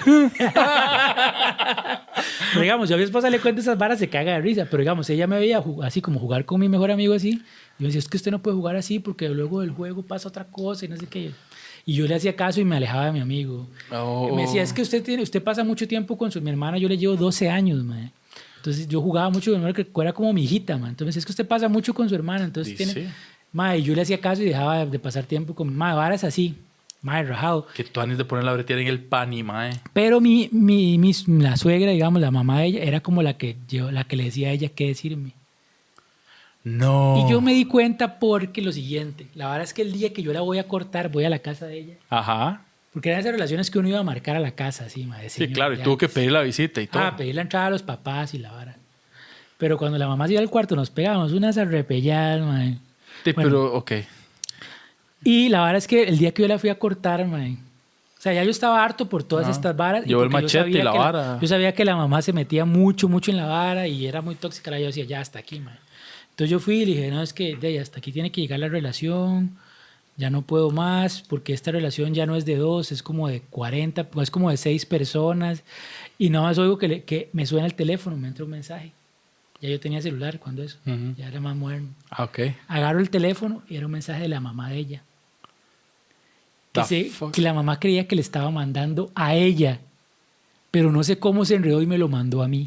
Pero digamos, yo a mi esposa le cuento esas varas, se caga de risa. Pero digamos, ella me veía jug- así como jugar con mi mejor amigo así. Y me decía, es que usted no puede jugar así porque luego del juego pasa otra cosa y no sé qué. Y yo le hacía caso y me alejaba de mi amigo. Oh. Y me decía, es que usted tiene, usted pasa mucho tiempo con su mi hermana, yo le llevo doce años, man. Entonces yo jugaba mucho con mi hermana, que era como mi hijita, man. Entonces es que usted pasa mucho con su hermana, entonces Sí, tiene... sí. Ma, y yo le hacía caso y dejaba de, de pasar tiempo con... Ma, varas así, ma, rajado. Que tú antes de poner la bretear en el pan y mae. Pero mi, mi, mi- la suegra, digamos, la mamá de ella, era como la que, yo, la que le decía a ella qué decirme. No. Y yo me di cuenta porque lo siguiente, la verdad es que el día que yo la voy a cortar, voy a la casa de ella. Ajá. Porque eran esas relaciones que uno iba a marcar a la casa, así, ma, de Sí, señor, claro, y ya. tuvo que pedir la visita y todo. Ah, pedir la entrada a los papás y la vara. Pero cuando la mamá se iba al cuarto, nos pegábamos unas arrepelladas, ma. Sí, bueno. pero, ok. Y la vara es que el día que yo la fui a cortar, ma, o sea, ya yo estaba harto por todas Ah, estas varas. y llevó el porque yo machete sabía y la que vara. Yo sabía que la mamá se metía mucho, mucho en la vara y era muy tóxica. Yo decía, ya, hasta aquí, ma. Entonces yo fui y le dije, no, es que de ahí hasta aquí tiene que llegar la relación, ya no puedo más, porque esta relación ya no es de dos, es como de cuarenta, es como de seis personas. Y nada más oigo que, le- que me suena el teléfono, me entra un mensaje. Ya yo tenía celular cuando eso, Ujú. ya era más moderno. Ah, ok. Agarro el teléfono y era un mensaje de la mamá de ella. Que, The se- fuck? que la mamá creía que le estaba mandando a ella, pero no sé cómo se enredó y me lo mandó a mí.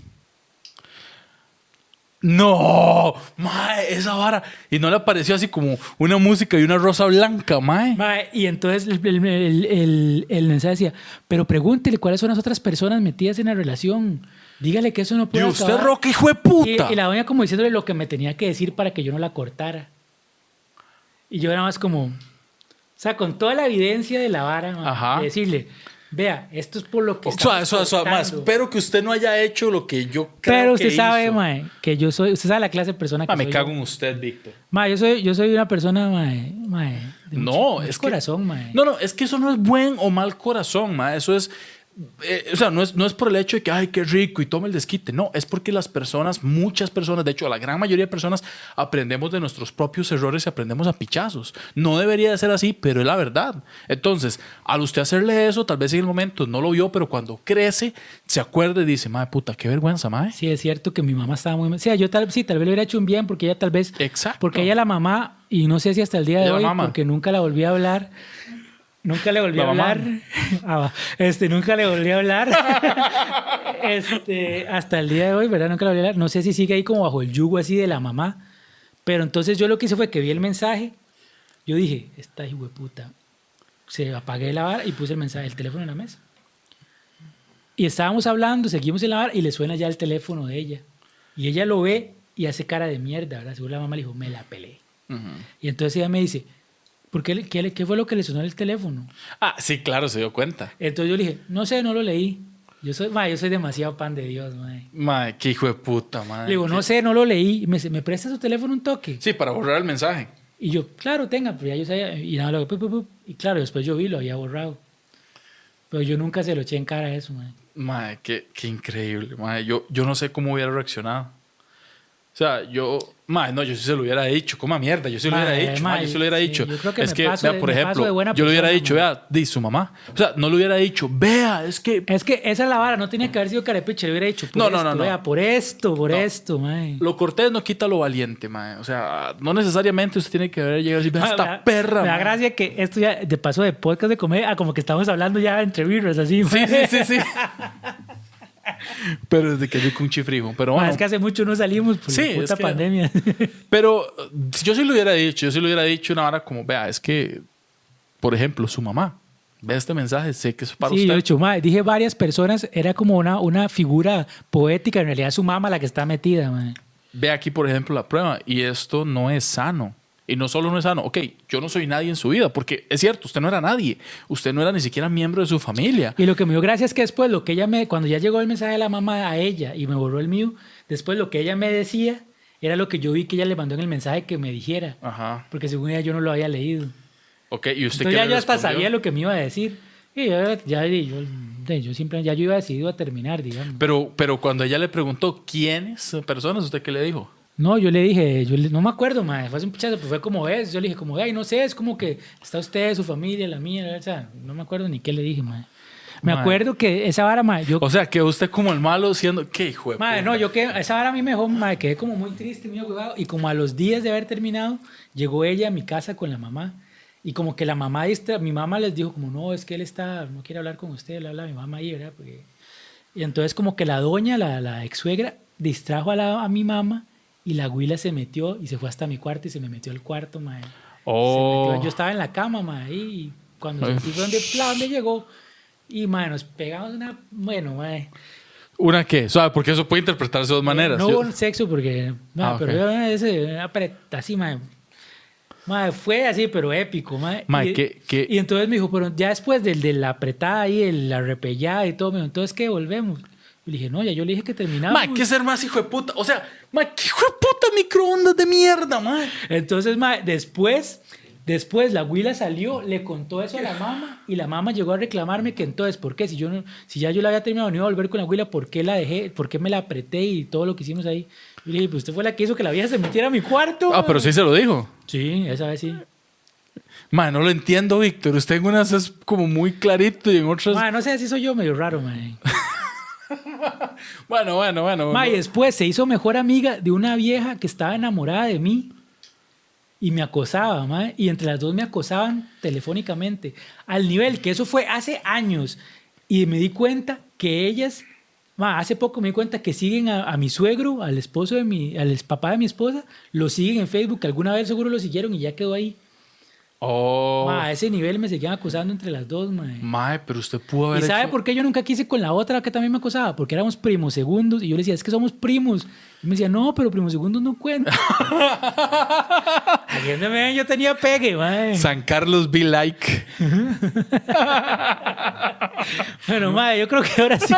No, mae, esa vara. Y no le apareció así como una música y una rosa blanca, mae. Mae, y entonces el, el- el- el- el mensaje decía, pero pregúntele cuáles son las otras personas metidas en la relación. Dígale que eso no Y puede usted, acabar". Roque, hijo de puta. Y, y la doña como diciéndole lo que me tenía que decir para que yo no la cortara. Y yo era más como, o sea, con toda la evidencia de la vara, mae, Ajá. de decirle, vea, esto es por lo que O sea, estamos eso, eso, mae, cortando". espero que usted no haya hecho lo que yo creo Pero usted que sabe, hizo. mae, que yo soy, usted sabe la clase de persona que Ah, me soy cago yo. en usted, Víctor. Mae, yo soy, yo soy una persona, mae, mae, de No, mucho- es mucho que- corazón, mae. No, no, es que eso no es buen o mal corazón, ma. Eso es. eh, o sea, no es, no es por el hecho de que, ay, qué rico y tome el desquite. No, es porque las personas, muchas personas, de hecho, la gran mayoría de personas, aprendemos de nuestros propios errores y aprendemos a pichazos. No debería de ser así, pero es la verdad. Entonces, al usted hacerle eso, tal vez en el momento no lo vio, pero cuando crece, se acuerda y dice, madre puta, qué vergüenza, madre. Sí, es cierto que mi mamá estaba muy... Sí, yo tal, sí, tal vez le hubiera hecho un bien porque ella tal vez... Exacto. Porque ella la mamá, y no sé si hasta el día de Ella la hoy, mama. porque nunca la volví a hablar. Nunca le volví La a hablar. mamá. Ah, va. este, nunca le volví a hablar. este, hasta el día de hoy, ¿verdad? Nunca le volví a hablar. No sé si sigue ahí como bajo el yugo así de la mamá. Pero entonces yo lo que hice fue que vi el mensaje. Yo dije, esta hijueputa. Se apagué la vara y puse el mensaje, el teléfono en la mesa. Y estábamos hablando, seguimos en la barra y le suena ya el teléfono de ella. Y ella lo ve y hace cara de mierda, ¿verdad? Seguro la mamá le dijo, me la peleé. Uh-huh. Y entonces ella me dice, ¿por qué, qué, qué fue lo que le sonó el teléfono? Ah, sí, claro, se dio cuenta. Entonces yo le dije, no sé, no lo leí. Yo soy, ma, yo soy demasiado pan de Dios, ma. Ma, qué hijo de puta, ma. Le digo, no qué... sé, no lo leí. Y me dice, ¿me presta su teléfono un toque? Sí, para borrar el mensaje. Y yo, claro, tenga, pero ya yo sabía. Y nada, lo, pu, pu, pu, y claro, después yo vi, lo había borrado. Pero yo nunca se lo eché en cara a eso, ma. Ma, qué, qué increíble, ma. Yo, yo no sé cómo hubiera reaccionado. O sea, yo... Ma, no, yo sí se lo hubiera dicho. Coma mierda, yo sí lo hubiera dicho. Ma, yo sí lo hubiera sí, dicho. Yo creo que es me que, paso vea, de, por me ejemplo, paso de buena yo le hubiera persona, dicho, ma. vea, di su mamá. O sea, no le hubiera dicho, vea, es que... Es que esa es la vara, no tenía que haber sido carepiche. Le hubiera dicho, por no, esto, no, no, no. vea, por esto, por no. esto, ma. Lo cortés no quita lo valiente, ma. O sea, no necesariamente usted tiene que haber llegado y decir, vea, esta me da, perra, Me da ma. gracia que esto ya, de paso de podcast de comedia, ah, como que estamos hablando ya entre birras, así. Sí, sí, sí, sí. Pero desde que yo con un chifrijo. Pero bueno. Ma, es que hace mucho no salimos por sí, la puta es que, pandemia. Pero yo sí lo hubiera dicho, yo sí lo hubiera dicho una hora como, vea, es que, por ejemplo, su mamá ve este mensaje, sé que es para sí, usted. yo he dicho, ma, dije varias personas, era como una, una figura poética, en realidad es su mamá la que está metida, ma. Ve aquí, por ejemplo, la prueba, y esto no es sano. Y no solo no es sano, ok, yo no soy nadie en su vida, porque es cierto, usted no era nadie, usted no era ni siquiera miembro de su familia. Y lo que me dio gracia es que después, lo que ella me, cuando ya llegó el mensaje de la mamá a ella y me borró el mío, después lo que ella me decía era lo que yo vi que ella le mandó en el mensaje que me dijera. Ajá. Porque según ella yo no lo había leído. Ok, ¿y usted Entonces qué ya le yo hasta respondió? sabía lo que me iba a decir. Y yo, ya, yo, yo siempre, ya yo iba decidido a terminar, digamos. Pero, pero cuando ella le preguntó quiénes personas, ¿usted qué le dijo? No, yo le dije, yo le, no me acuerdo, ma, fue hace un pichazo, pues fue como es. Yo le dije, como, ay, no sé, es como que está usted, su familia, la mía, o sea, no me acuerdo ni qué le dije, ma. Me Ma. acuerdo que esa vara, ma, yo... O sea, que usted como el malo siendo... ¿Qué hijo de Ma, puta? no, yo que esa vara a mí me dejó, ma, quedé como muy triste, muy agüevado. Y como a los días de haber terminado, llegó ella a mi casa con la mamá. Y como que la mamá, mi mamá les dijo como, no, es que él está, no quiere hablar con usted, le habla a mi mamá ahí, ¿verdad? Porque... Y entonces como que la doña, la, la ex suegra, distrajo a, la, a mi mamá y la güila se metió y se fue hasta mi cuarto y se me metió al cuarto, ma. Oh. Se metió, yo estaba en la cama, ma, y cuando sentí fue donde, pla, donde llegó y, ma, nos pegamos una, bueno, ma. ¿Una qué? O sea, porque eso puede interpretarse de dos maneras. No Yo- hubo sexo porque, ma, Ah, pero ok. yo, ese, apretado, así, ma. Ma, fue así, pero épico, ma. Ma, y, ¿qué- qué? y entonces me dijo, pero ya después del, de la apretada ahí, el- la repellada y todo, me dijo, entonces, ¿qué? Volvemos. Y le dije, no, ya yo le dije que terminamos. Ma, ¿qué ser más hijo de puta? O sea, ma, ¿qué hijo de puta microondas de mierda, ma? Entonces, ma, después, después la güila salió, le contó eso a la mamá y la mamá llegó a reclamarme que entonces, ¿por qué? Si yo no, si ya yo la había terminado, no iba a volver con la güila, ¿por qué la dejé? ¿Por qué me la apreté y todo lo que hicimos ahí? Y le dije, pues usted fue la que hizo que la vieja se metiera a mi cuarto. Ah, pero sí se lo dijo. Sí, esa vez sí. Ma, no lo entiendo, Víctor. Usted en unas es como muy clarito y en otras... Ma, no sé si soy yo medio raro, ma. Bueno, bueno, bueno. Ma, y bueno. después se hizo mejor amiga de una vieja que estaba enamorada de mí y me acosaba, ma, y entre las dos me acosaban telefónicamente, al nivel que eso fue hace años. Y me di cuenta que ellas, ma, hace poco me di cuenta que siguen a, a mi suegro, al esposo de mi, al papá de mi esposa, lo siguen en Facebook, que alguna vez seguro lo siguieron y ya quedó ahí. Oh. Ma, a ese nivel me seguían acosando entre las dos, ma. Ma, pero usted pudo haber ¿Y sabe hecho- por qué yo nunca quise con la otra que también me acosaba? Porque éramos primos segundos y yo le decía, es que somos primos. Y me decía, no, pero primos segundos no cuentan. Aquí donde me ven, yo tenía pegue, mae. San Carlos be like. Bueno, mae, yo creo que ahora sí.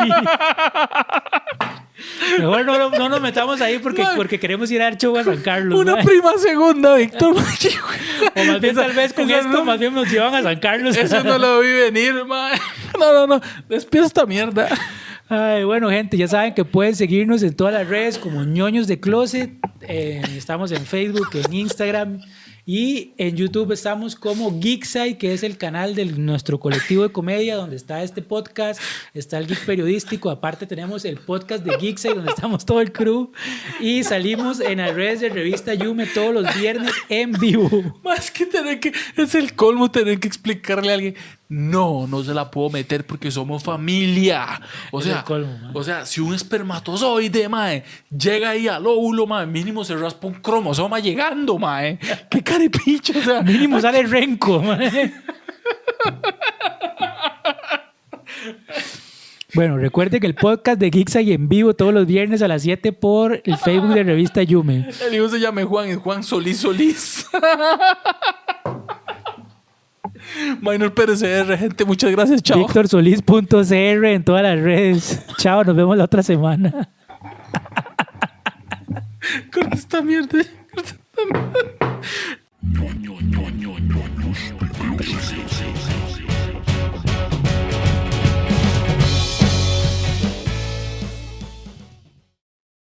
Mejor no, no, no nos metamos ahí porque, Mae. porque queremos ir a dar show a San Carlos. Una mae. prima segunda, Víctor. O más bien, tal vez con Esa esto, no- más bien nos llevan a San Carlos. Eso no lo vi venir, ma. No, no, no. Despide esta mierda. Ay, bueno, gente, ya saben que pueden seguirnos en todas las redes como ñoños de closet. Eh, estamos en Facebook, en Instagram y en YouTube estamos como Geekside, que es el canal de nuestro colectivo de comedia donde está este podcast, está el Geek Periodístico. Aparte tenemos el podcast de Geekside donde estamos todo el crew y salimos en las redes de Revista Yume todos los viernes en vivo. Más que tener que... Es el colmo tener que explicarle a alguien. No, no se la puedo meter porque somos familia. O Es sea, el colmo, mae. o sea, si un espermatozoide, mae, llega ahí al óvulo, mae, mínimo se raspa un cromosoma llegando, mae. Qué caripicho, o sea. Mínimo sale renco. mae. Bueno, recuerde que el podcast de Geeks hay en vivo todos los viernes a las siete por el Facebook de Revista Yume. El hijo se llama Juan, es Juan Solís Solís. Minor P R C R, gente, muchas gracias, chao. Víctor Solís punto C R en todas las redes. Chao, nos vemos la otra semana. Corta esta mierda. Corta esta mierda.